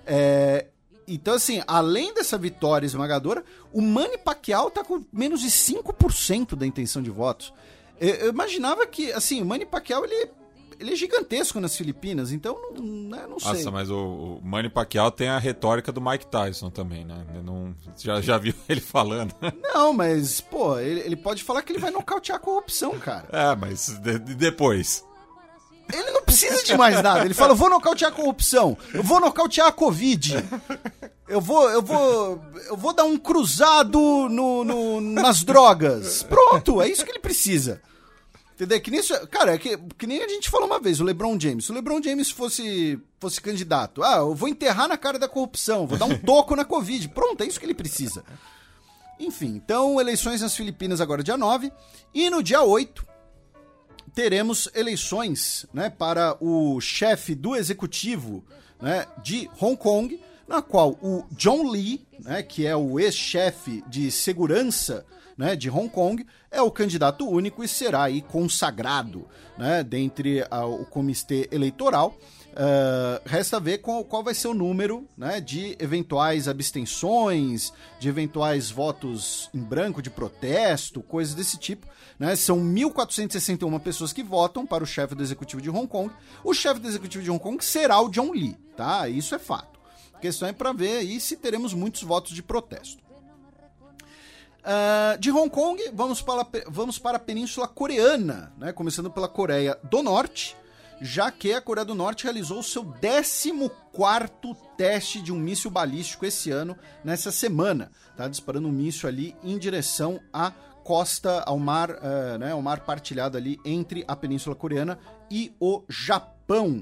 Então, assim, além dessa vitória esmagadora, o Manny Pacquiao tá com menos de 5% da intenção de votos. Eu imaginava que, assim, o Manny Pacquiao, ele é gigantesco nas Filipinas, então não sei. Nossa, mas o Manny Pacquiao tem a retórica do Mike Tyson também, né? Já viu ele falando. Não, mas, pô, ele pode falar que ele vai nocautear a corrupção, cara. Mas depois... Ele não precisa de mais nada. Ele fala, eu vou nocautear a corrupção, eu vou nocautear a Covid, eu vou dar um cruzado nas drogas. Pronto, é isso que ele precisa. Entendeu? Que nem isso, cara, que nem a gente falou uma vez, o LeBron James. Se o LeBron James fosse candidato, eu vou enterrar na cara da corrupção, vou dar um toco na Covid. Pronto, é isso que ele precisa. Enfim, então, eleições nas Filipinas agora dia 9, e no dia 8, teremos eleições, né, para o chefe do executivo, né, de Hong Kong, na qual o John Lee, né, que é o ex-chefe de segurança, né, de Hong Kong, é o candidato único e será aí consagrado, né, dentre o comitê eleitoral. Resta ver qual vai ser o número, né, de eventuais abstenções, de eventuais votos em branco de protesto, coisas desse tipo. Né? São 1.461 pessoas que votam para o chefe do executivo de Hong Kong. O chefe do executivo de Hong Kong será o John Lee, tá? Isso é fato. A questão é para ver aí se teremos muitos votos de protesto. De Hong Kong, vamos para a Península Coreana, né? Começando pela Coreia do Norte, já que a Coreia do Norte realizou o seu 14º teste de um míssil balístico esse ano, nessa semana. Tá disparando um míssil ali em direção à costa, ao mar, né, ao mar partilhado ali entre a Península Coreana e o Japão.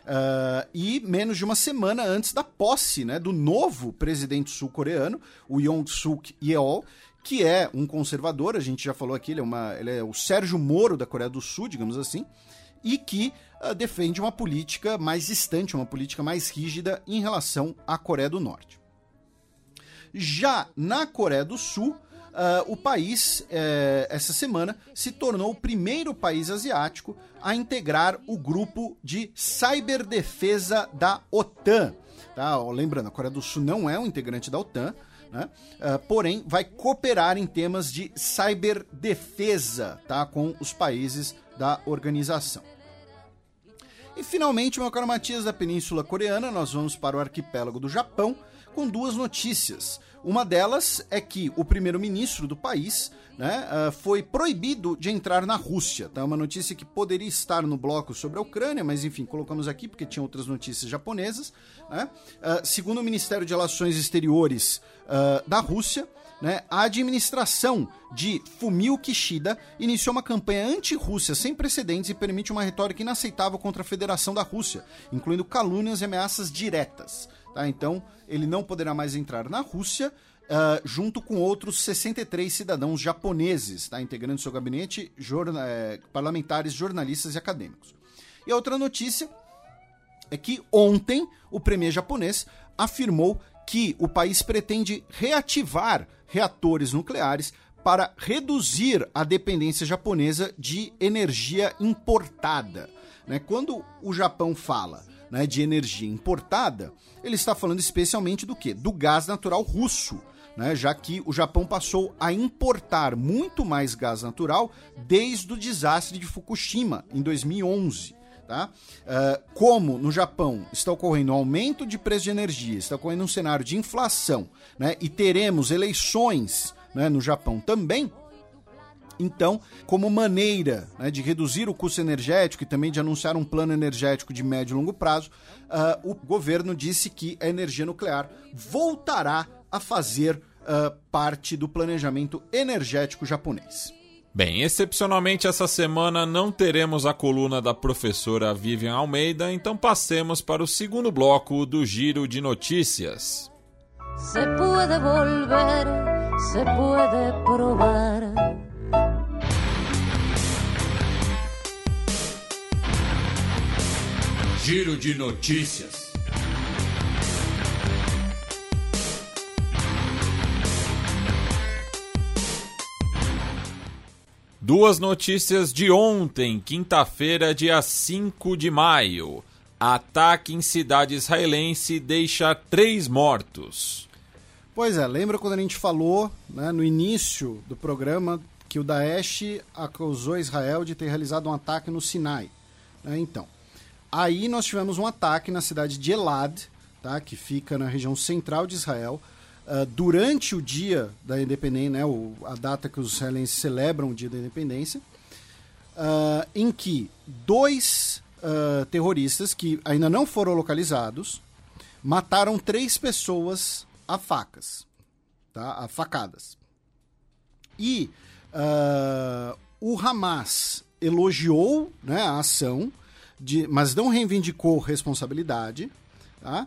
E menos de uma semana antes da posse, né, do novo presidente sul-coreano, o Yoon Suk Yeol, que é um conservador, a gente já falou aqui, ele é o Sérgio Moro da Coreia do Sul, digamos assim, e que defende uma política mais distante, uma política mais rígida em relação à Coreia do Norte. Já na Coreia do Sul, o país, essa semana, se tornou o primeiro país asiático a integrar o grupo de ciberdefesa da OTAN. Tá? Lembrando, a Coreia do Sul não é um integrante da OTAN, né? Porém, vai cooperar em temas de ciberdefesa, tá? Com os países da organização. E finalmente, meu caro Matias, da Península Coreana, nós vamos para o arquipélago do Japão com duas notícias. Uma delas é que o primeiro-ministro do país, né, foi proibido de entrar na Rússia. Tá? Uma notícia que poderia estar no bloco sobre a Ucrânia, mas enfim, colocamos aqui porque tinha outras notícias japonesas. Né? Segundo o Ministério de Relações Exteriores da Rússia, né, a administração de Fumio Kishida iniciou uma campanha anti-Rússia sem precedentes e permite uma retórica inaceitável contra a Federação da Rússia, incluindo calúnias e ameaças diretas. Tá? Então, ele não poderá mais entrar na Rússia, junto com outros 63 cidadãos japoneses, tá? Integrando seu gabinete, parlamentares, jornalistas e acadêmicos. E a outra notícia é que ontem o premier japonês afirmou que o país pretende reativar reatores nucleares para reduzir a dependência japonesa de energia importada. Né? Quando o Japão fala, né, de energia importada, ele está falando especialmente do quê? Do gás natural russo, né? Já que o Japão passou a importar muito mais gás natural desde o desastre de Fukushima, em 2011. Tá? Como no Japão está ocorrendo um aumento de preço de energia, está ocorrendo um cenário de inflação, né, e teremos eleições, né, no Japão também, então, como maneira, né, de reduzir o custo energético e também de anunciar um plano energético de médio e longo prazo, o governo disse que a energia nuclear voltará a fazer parte do planejamento energético japonês. Bem, excepcionalmente essa semana não teremos a coluna da professora Vivian Almeida, então passemos para o segundo bloco do Giro de Notícias. Se puede volver, se puede provar. Giro de Notícias. Duas notícias de ontem, quinta-feira, dia 5 de maio. Ataque em cidade israelense deixa 3 mortos. Pois é, lembra quando a gente falou, né, no início do programa que o Daesh acusou Israel de ter realizado um ataque no Sinai? Então, aí nós tivemos um ataque na cidade de Elad, tá, que fica na região central de Israel, durante o dia da independência, né, a data que os israelenses celebram o dia da independência, em que 2 terroristas, que ainda não foram localizados, mataram 3 pessoas a facas, tá, a facadas. E o Hamas elogiou, né, a ação, mas não reivindicou responsabilidade, tá?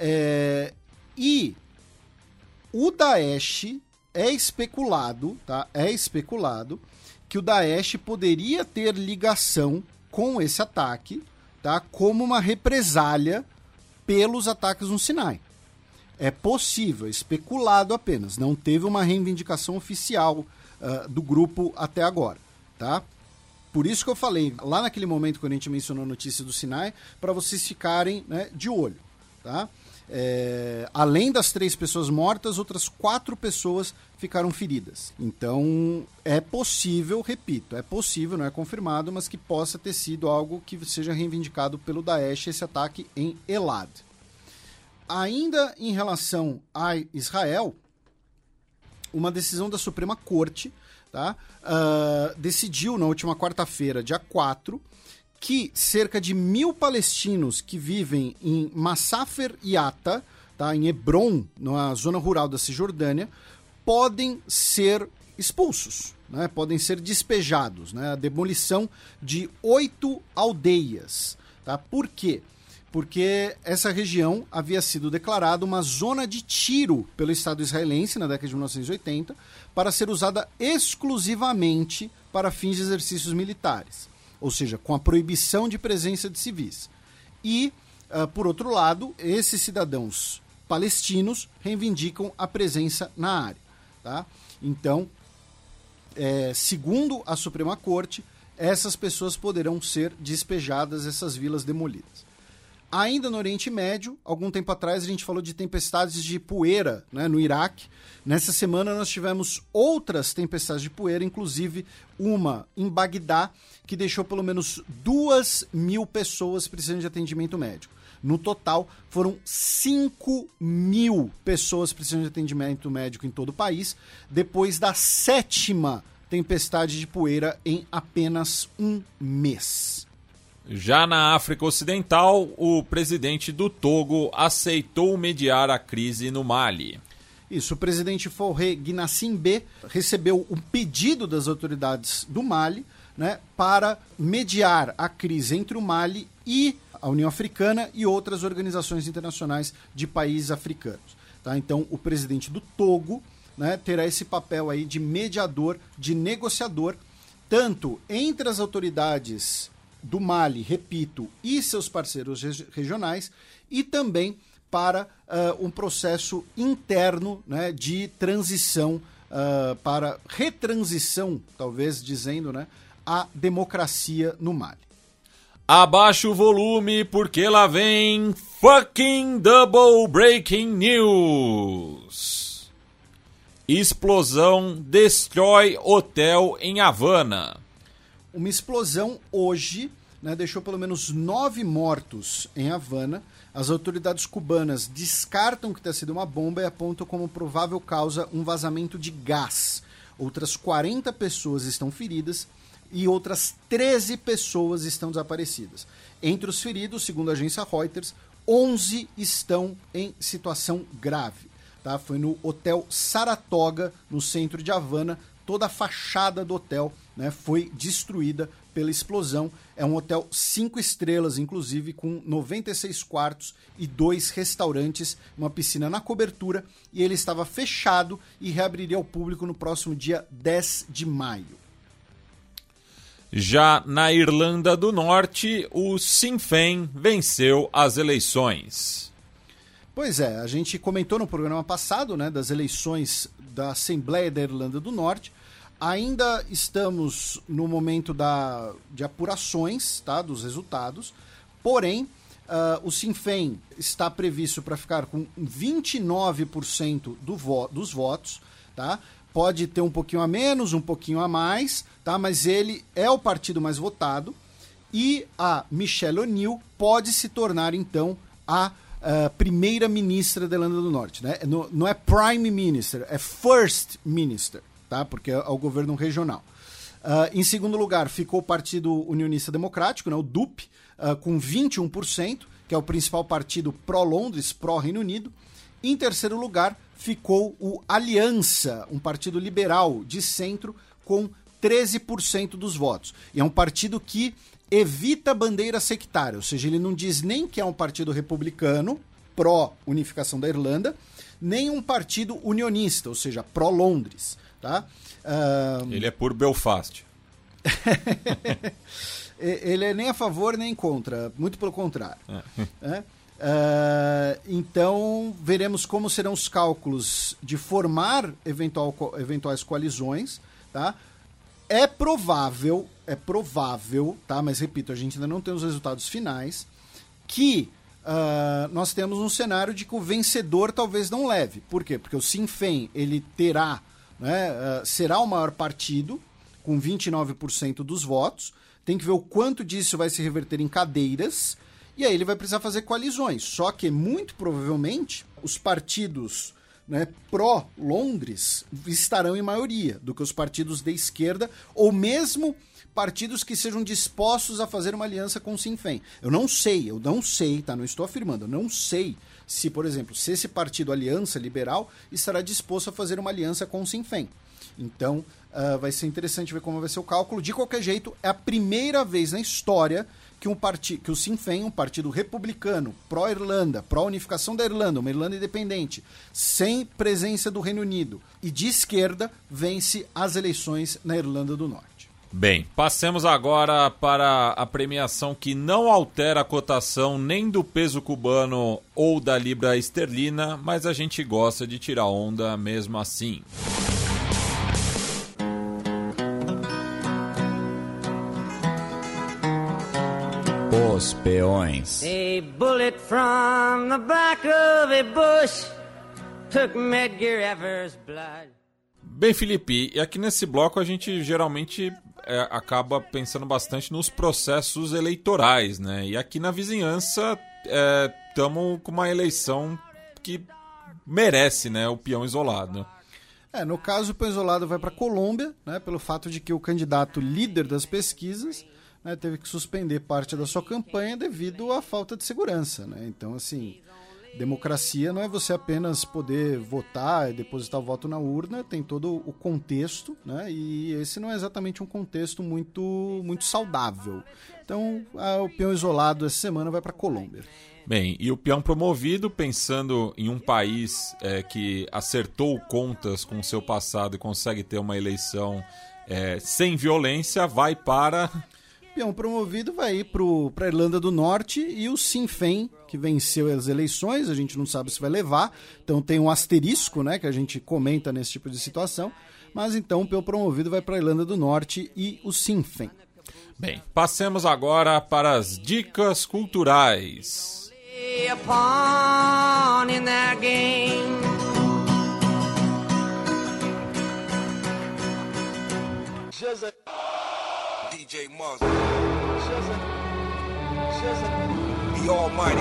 E o Daesh é especulado que o Daesh poderia ter ligação com esse ataque, tá? Como uma represália pelos ataques no Sinai. É possível, especulado apenas, não teve uma reivindicação oficial do grupo até agora, tá? Por isso que eu falei, lá naquele momento quando a gente mencionou a notícia do Sinai, para vocês ficarem, né, de olho, tá? Além das 3 pessoas mortas, outras 4 pessoas ficaram feridas. Então, é possível, repito, é possível, não é confirmado, mas que possa ter sido algo que seja reivindicado pelo Daesh, esse ataque em Elad. Ainda em relação a Israel, uma decisão da Suprema Corte, tá, decidiu na última quarta-feira, dia 4, que cerca de 1.000 palestinos que vivem em Massafer Yatta, tá, em Hebron, na zona rural da Cisjordânia, podem ser expulsos, né, podem ser despejados, né, a demolição de 8 aldeias. Tá? Por quê? Porque essa região havia sido declarada uma zona de tiro pelo Estado israelense na década de 1980 para ser usada exclusivamente para fins de exercícios militares, ou seja, com a proibição de presença de civis. E, por outro lado, esses cidadãos palestinos reivindicam a presença na área. Tá? Então, segundo a Suprema Corte, essas pessoas poderão ser despejadas, essas vilas demolidas. Ainda no Oriente Médio, algum tempo atrás a gente falou de tempestades de poeira, né, no Iraque. Nessa semana nós tivemos outras tempestades de poeira, inclusive uma em Bagdá, que deixou pelo menos 2.000 pessoas precisando de atendimento médico. No total, foram 5.000 pessoas precisando de atendimento médico em todo o país, depois da 7ª tempestade de poeira em apenas um mês. Já na África Ocidental, o presidente do Togo aceitou mediar a crise no Mali. Isso, o presidente Faure Gnassingbé recebeu um pedido das autoridades do Mali, né, para mediar a crise entre o Mali e a União Africana e outras organizações internacionais de países africanos. Tá? Então, o presidente do Togo, né, terá esse papel aí de mediador, de negociador, tanto entre as autoridades do Mali, repito, e seus parceiros regionais, e também para um processo interno, né, de transição, para retransição, talvez dizendo, né, a democracia no Mali. Abaixa o volume porque lá vem fucking double breaking news. Explosão destrói hotel em Havana. Uma explosão hoje, né, deixou pelo menos 9 mortos em Havana. As autoridades cubanas descartam que tenha sido uma bomba e apontam como provável causa um vazamento de gás. Outras 40 pessoas estão feridas e outras 13 pessoas estão desaparecidas. Entre os feridos, segundo a agência Reuters, 11 estão em situação grave. Tá? Foi no Hotel Saratoga, no centro de Havana. Toda a fachada do hotel, né, foi destruída pela explosão. É um hotel 5 estrelas, inclusive, com 96 quartos e 2 restaurantes, uma piscina na cobertura, e ele estava fechado e reabriria ao público no próximo dia 10 de maio. Já na Irlanda do Norte, o Sinn Féin venceu as eleições. Pois é, a gente comentou no programa passado, né, das eleições da Assembleia da Irlanda do Norte. Ainda estamos no momento de apurações, tá, dos resultados, porém o Sinn Féin está previsto para ficar com 29% dos votos, tá? Pode ter um pouquinho a menos, um pouquinho a mais, tá? Mas ele é o partido mais votado e a Michelle O'Neill pode se tornar, então, a primeira-ministra da Irlanda do Norte, né? Não é Prime Minister, é First Minister, tá? Porque é o governo regional. Em segundo lugar, ficou o Partido Unionista Democrático, né? O DUP, com 21%, que é o principal partido pró-Londres, pró-Reino Unido. Em terceiro lugar, ficou o Aliança, um partido liberal de centro, com 13% dos votos. E é um partido que evita bandeira sectária, ou seja, ele não diz nem que é um partido republicano, pró-unificação da Irlanda, nem um partido unionista, ou seja, pró-Londres. Tá? Ele é por Belfast. Ele é nem a favor nem contra, muito pelo contrário. Então, veremos como serão os cálculos de formar eventuais coalizões. Tá? É provável é provável, tá? Mas repito, a gente ainda não tem os resultados finais, que nós temos um cenário de que o vencedor talvez não leve. Por quê? Porque o Sinn Féin, ele terá, né, será o maior partido, com 29% dos votos. Tem que ver o quanto disso vai se reverter em cadeiras, e aí ele vai precisar fazer coalizões. Só que, muito provavelmente, os partidos, né, pró-Londres estarão em maioria do que os partidos de esquerda, ou mesmo partidos que sejam dispostos a fazer uma aliança com o Sinn Féin. Eu não sei, tá? Não estou afirmando, eu não sei se, por exemplo, se esse partido Aliança Liberal estará disposto a fazer uma aliança com o Sinn Féin. Então, vai ser interessante ver como vai ser o cálculo. De qualquer jeito, é a primeira vez na história que o Sinn Féin, um partido republicano, pró-Irlanda, pró-unificação da Irlanda, uma Irlanda independente, sem presença do Reino Unido e de esquerda, vence as eleições na Irlanda do Norte. Bem, passemos agora para a premiação que não altera a cotação nem do peso cubano ou da libra esterlina, mas a gente gosta de tirar onda mesmo assim. Os peões. A bullet from the back of a bush took Medgar Evers' blood. Bem, Felipe, e aqui nesse bloco a gente geralmente acaba pensando bastante nos processos eleitorais, né? E aqui na vizinhança estamos com uma eleição que merece, né, o peão isolado. No caso, o peão isolado vai para a Colômbia, né, pelo fato de que o candidato líder das pesquisas, né, teve que suspender parte da sua campanha devido à falta de segurança, né? Então, assim, democracia não é você apenas poder votar e depositar o voto na urna, tem todo o contexto, né? E esse não é exatamente um contexto muito saudável. Então, o peão isolado essa semana vai para a Colômbia. Bem, e o peão promovido, pensando em um país que acertou contas com o seu passado e consegue ter uma eleição sem violência, vai para... O peão promovido vai ir para a Irlanda do Norte, e o Sinn Féin, que venceu as eleições, a gente não sabe se vai levar, então tem um asterisco, né, que a gente comenta nesse tipo de situação, mas então o peão promovido vai para a Irlanda do Norte e o Sinn Féin. Bem, passemos agora para as dicas culturais. DJ Monster, the Almighty,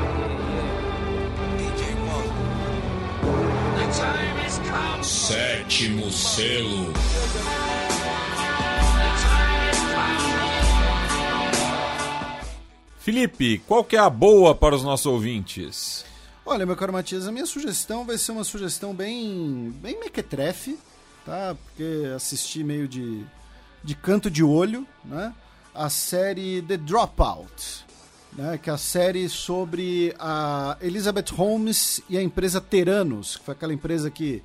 DJ Monster. The time has come. Sétimo selo. Felipe, qual que é a boa para os nossos ouvintes? Olha, meu caro Matias, a minha sugestão vai ser uma sugestão bem mequetrefe, tá? Porque assisti meio de canto de olho, né? A série The Dropout, né? Que é a série sobre a Elizabeth Holmes e a empresa Theranos, que foi aquela empresa que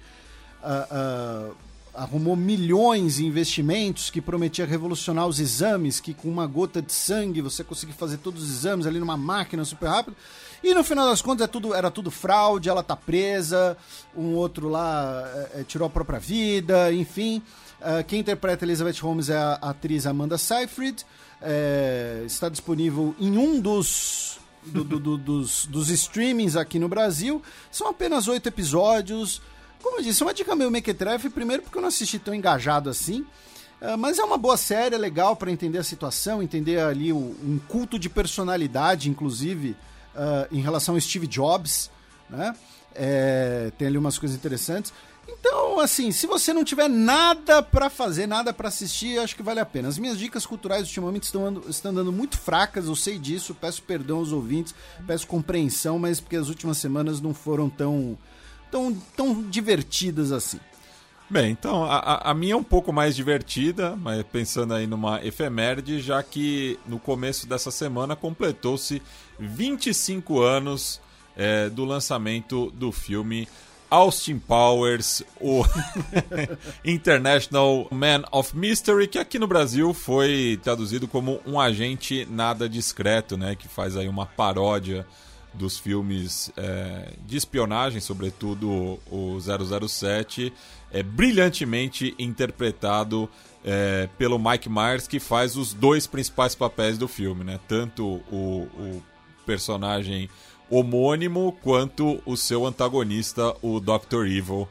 arrumou milhões em investimentos, que prometia revolucionar os exames, que com uma gota de sangue você conseguia fazer todos os exames ali numa máquina super rápido. E no final das contas era tudo fraude, ela tá presa, um outro lá tirou a própria vida, enfim. Quem interpreta Elizabeth Holmes é a atriz Amanda Seyfried. Está disponível em um dos streamings aqui no Brasil. São apenas 8 episódios. Como eu disse, é uma dica meio mequetrefe, primeiro porque eu não assisti tão engajado assim. Mas é uma boa série, é legal para entender a situação, entender ali um culto de personalidade, inclusive, em relação ao Steve Jobs, né? Tem ali umas coisas interessantes. Então, assim, se você não tiver nada pra fazer, nada pra assistir, acho que vale a pena. As minhas dicas culturais ultimamente estão andando muito fracas, eu sei disso, peço perdão aos ouvintes, peço compreensão, mas porque as últimas semanas não foram tão divertidas assim. Bem, então, a minha é um pouco mais divertida, mas pensando aí numa efeméride, já que no começo dessa semana completou-se 25 anos do lançamento do filme Austin Powers, o International Man of Mystery, que aqui no Brasil foi traduzido como Um Agente Nada Discreto, né? Que faz aí uma paródia dos filmes de espionagem, sobretudo o 007, é brilhantemente interpretado pelo Mike Myers, que faz os dois principais papéis do filme, né? Tanto o personagem homônimo quanto o seu antagonista, o Dr. Evil.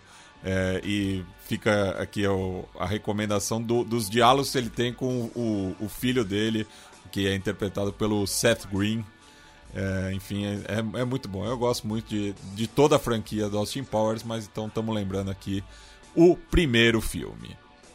E fica aqui a recomendação dos diálogos que ele tem com o filho dele, que é interpretado pelo Seth Green. Enfim, é muito bom. Eu gosto muito de toda a franquia do Austin Powers, mas então estamos lembrando aqui o primeiro filme.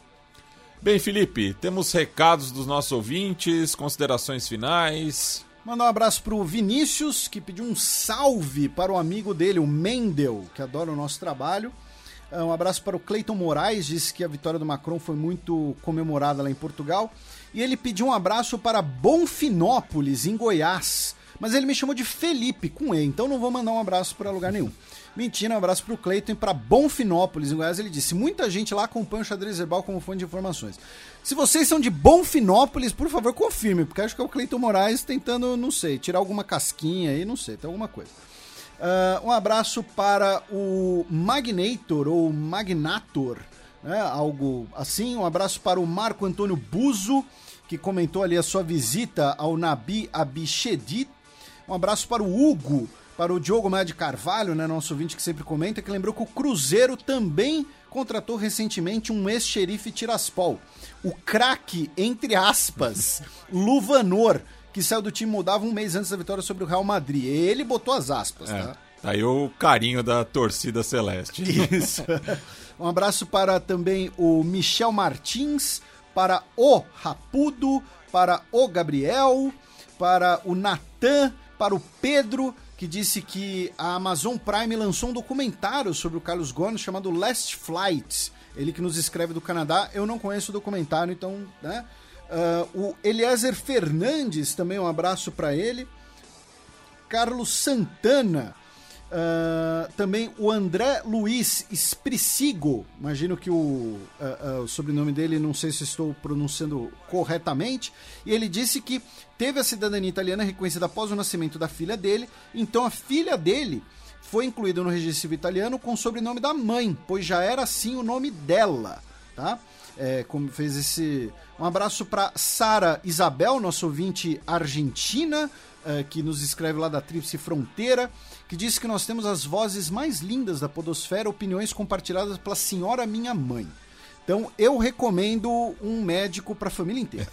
Bem, Felipe, temos recados dos nossos ouvintes, considerações finais. Mandar um abraço pro Vinícius, que pediu um salve para o amigo dele, o Mendel, que adora o nosso trabalho. Um abraço para o Cleiton Moraes, disse que a vitória do Macron foi muito comemorada lá em Portugal. E ele pediu um abraço para Bonfinópolis, em Goiás. Mas ele me chamou de Felipe, com E, então não vou mandar um abraço para lugar nenhum. Mentira, um abraço para o Cleiton e para Bonfinópolis, em Goiás. Ele disse, muita gente lá acompanha o Xadrez Verbal como fonte de informações. Se vocês são de Bonfinópolis, por favor, confirme, porque acho que é o Cleiton Moraes tentando, não sei, tirar alguma casquinha aí, não sei, tem alguma coisa. Um abraço para o Magnator, ou Magnator, né, algo assim. Um abraço para o Marco Antônio Buzo, que comentou ali a sua visita ao Nabi Abichedid. Um abraço para o Hugo, para o Diogo Maia de Carvalho, né, nosso ouvinte que sempre comenta, que lembrou que o Cruzeiro também contratou recentemente um ex-xerife Tiraspol. O craque, entre aspas, Luvanor, que saiu do time Moldava um mês antes da vitória sobre o Real Madrid. Ele botou as aspas, tá? Tá aí o carinho da torcida celeste. Isso. Um abraço para também o Michel Martins, para o Rapudo, para o Gabriel, para o Natan, para o Pedro, que disse que a Amazon Prime lançou um documentário sobre o Carlos Ghosn chamado Last Flight. Ele que nos escreve do Canadá. Eu não conheço o documentário, então, né? O Eliezer Fernandes, também um abraço para ele. Carlos Santana, também o André Luiz Espricigo, imagino que o sobrenome dele, não sei se estou pronunciando corretamente, e ele disse que teve a cidadania italiana reconhecida após o nascimento da filha dele, então a filha dele foi incluída no registro civil italiano com o sobrenome da mãe, pois já era assim o nome dela, tá? Como fez esse... Um abraço para Sara Isabel, nossa ouvinte argentina, que nos escreve lá da Tríplice Fronteira, que disse que nós temos as vozes mais lindas da podosfera, opiniões compartilhadas pela senhora minha mãe. Então eu recomendo um médico para a família inteira.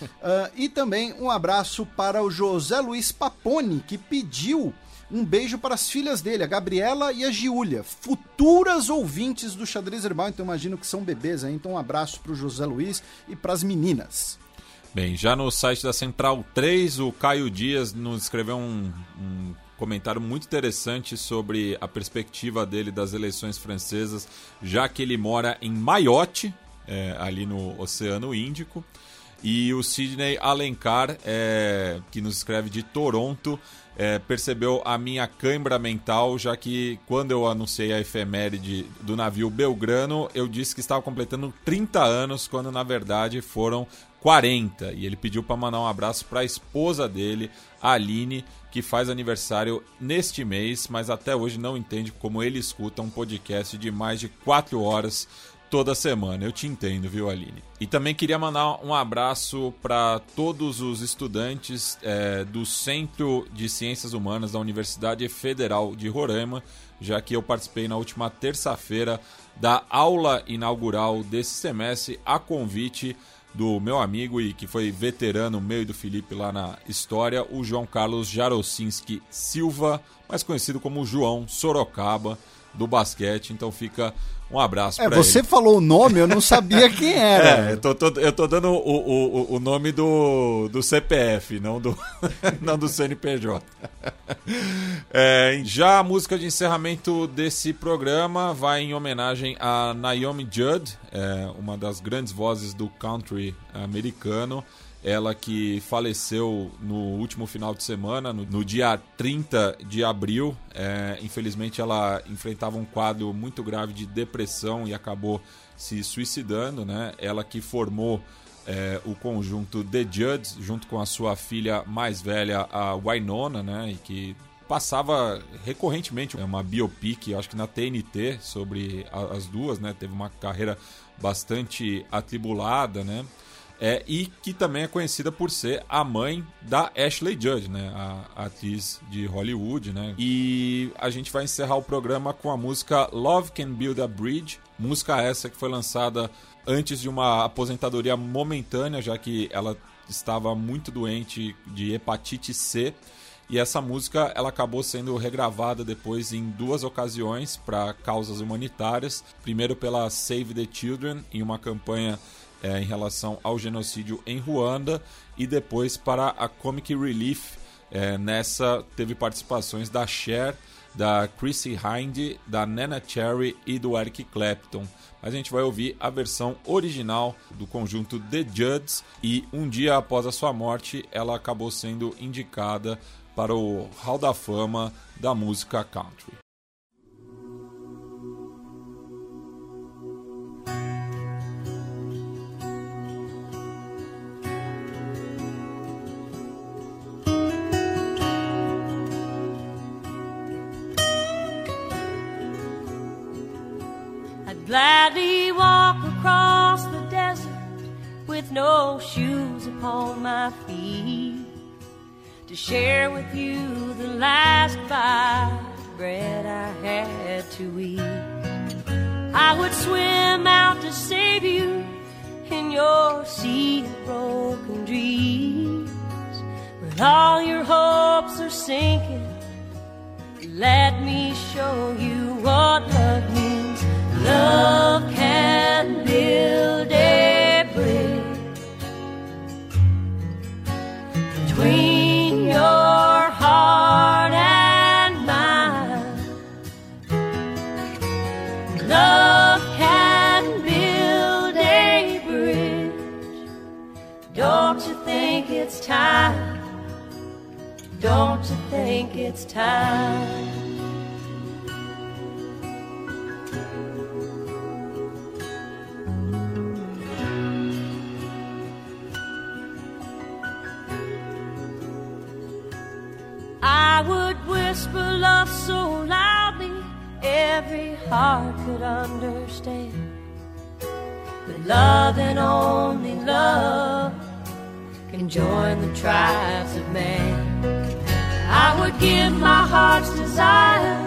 E também um abraço para o José Luiz Paponi, que pediu um beijo para as filhas dele, a Gabriela e a Giulia, futuras ouvintes do Xadrez Herbal, então imagino que são bebês aí, então um abraço para o José Luiz e para as meninas. Bem, já no site da Central 3, o Caio Dias nos escreveu um comentário muito interessante sobre a perspectiva dele das eleições francesas, já que ele mora em Mayotte, ali no Oceano Índico, e o Sidney Alencar, que nos escreve de Toronto, percebeu a minha cãibra mental, já que quando eu anunciei a efeméride do navio Belgrano, eu disse que estava completando 30 anos, quando na verdade foram 40. E ele pediu para mandar um abraço para a esposa dele, a Aline, que faz aniversário neste mês, mas até hoje não entende como ele escuta um podcast de mais de 4 horas toda semana. Eu te entendo, viu, Aline? E também queria mandar um abraço para todos os estudantes do Centro de Ciências Humanas da Universidade Federal de Roraima, já que eu participei na última terça-feira da aula inaugural desse semestre, a convite do meu amigo e que foi veterano meu e do Felipe lá na história, o João Carlos Jarocinski Silva, mais conhecido como João Sorocaba, do basquete. Então fica um abraço pra ele. Você falou o nome, eu não sabia quem era. Eu tô dando o nome do CPF, não do CNPJ. Já a música de encerramento desse programa vai em homenagem a Naomi Judd, uma das grandes vozes do country americano. Ela que faleceu no último final de semana, no dia 30 de abril. Infelizmente ela enfrentava um quadro muito grave de depressão e acabou se suicidando, né? Ela que formou o conjunto The Judds junto com a sua filha mais velha, a Wynonna, né? E que passava recorrentemente uma biopic, acho que na TNT, sobre as duas, né? Teve uma carreira bastante atribulada, né? E que também é conhecida por ser a mãe da Ashley Judd, né? A atriz de Hollywood, né? E a gente vai encerrar o programa com a música Love Can Build a Bridge, música essa que foi lançada antes de uma aposentadoria momentânea, já que ela estava muito doente de hepatite C. E essa música ela acabou sendo regravada depois em 2 ocasiões para causas humanitárias. Primeiro pela Save the Children, em uma campanha em relação ao genocídio em Ruanda, e depois para a Comic Relief. Nessa teve participações da Cher, da Chrissy Hynde, da Nana Cherry e do Eric Clapton. Mas a gente vai ouvir a versão original do conjunto The Judds, e um dia após a sua morte ela acabou sendo indicada para o Hall da Fama da música country. I'd gladly walk across the desert with no shoes upon my feet, to share with you the last bite of bread I had to eat. I would swim out to save you in your sea of broken dreams. When all your hopes are sinking, let me show you what love means. Love can build a bridge between your heart and mine. Love can build a bridge. Don't you think it's time? Don't you think it's time? I would whisper love so loudly every heart could understand. But love and only love can join the tribes of man. I would give my heart's desire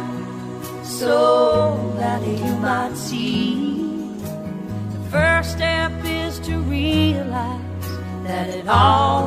so that you might see. The first step is to realize that it all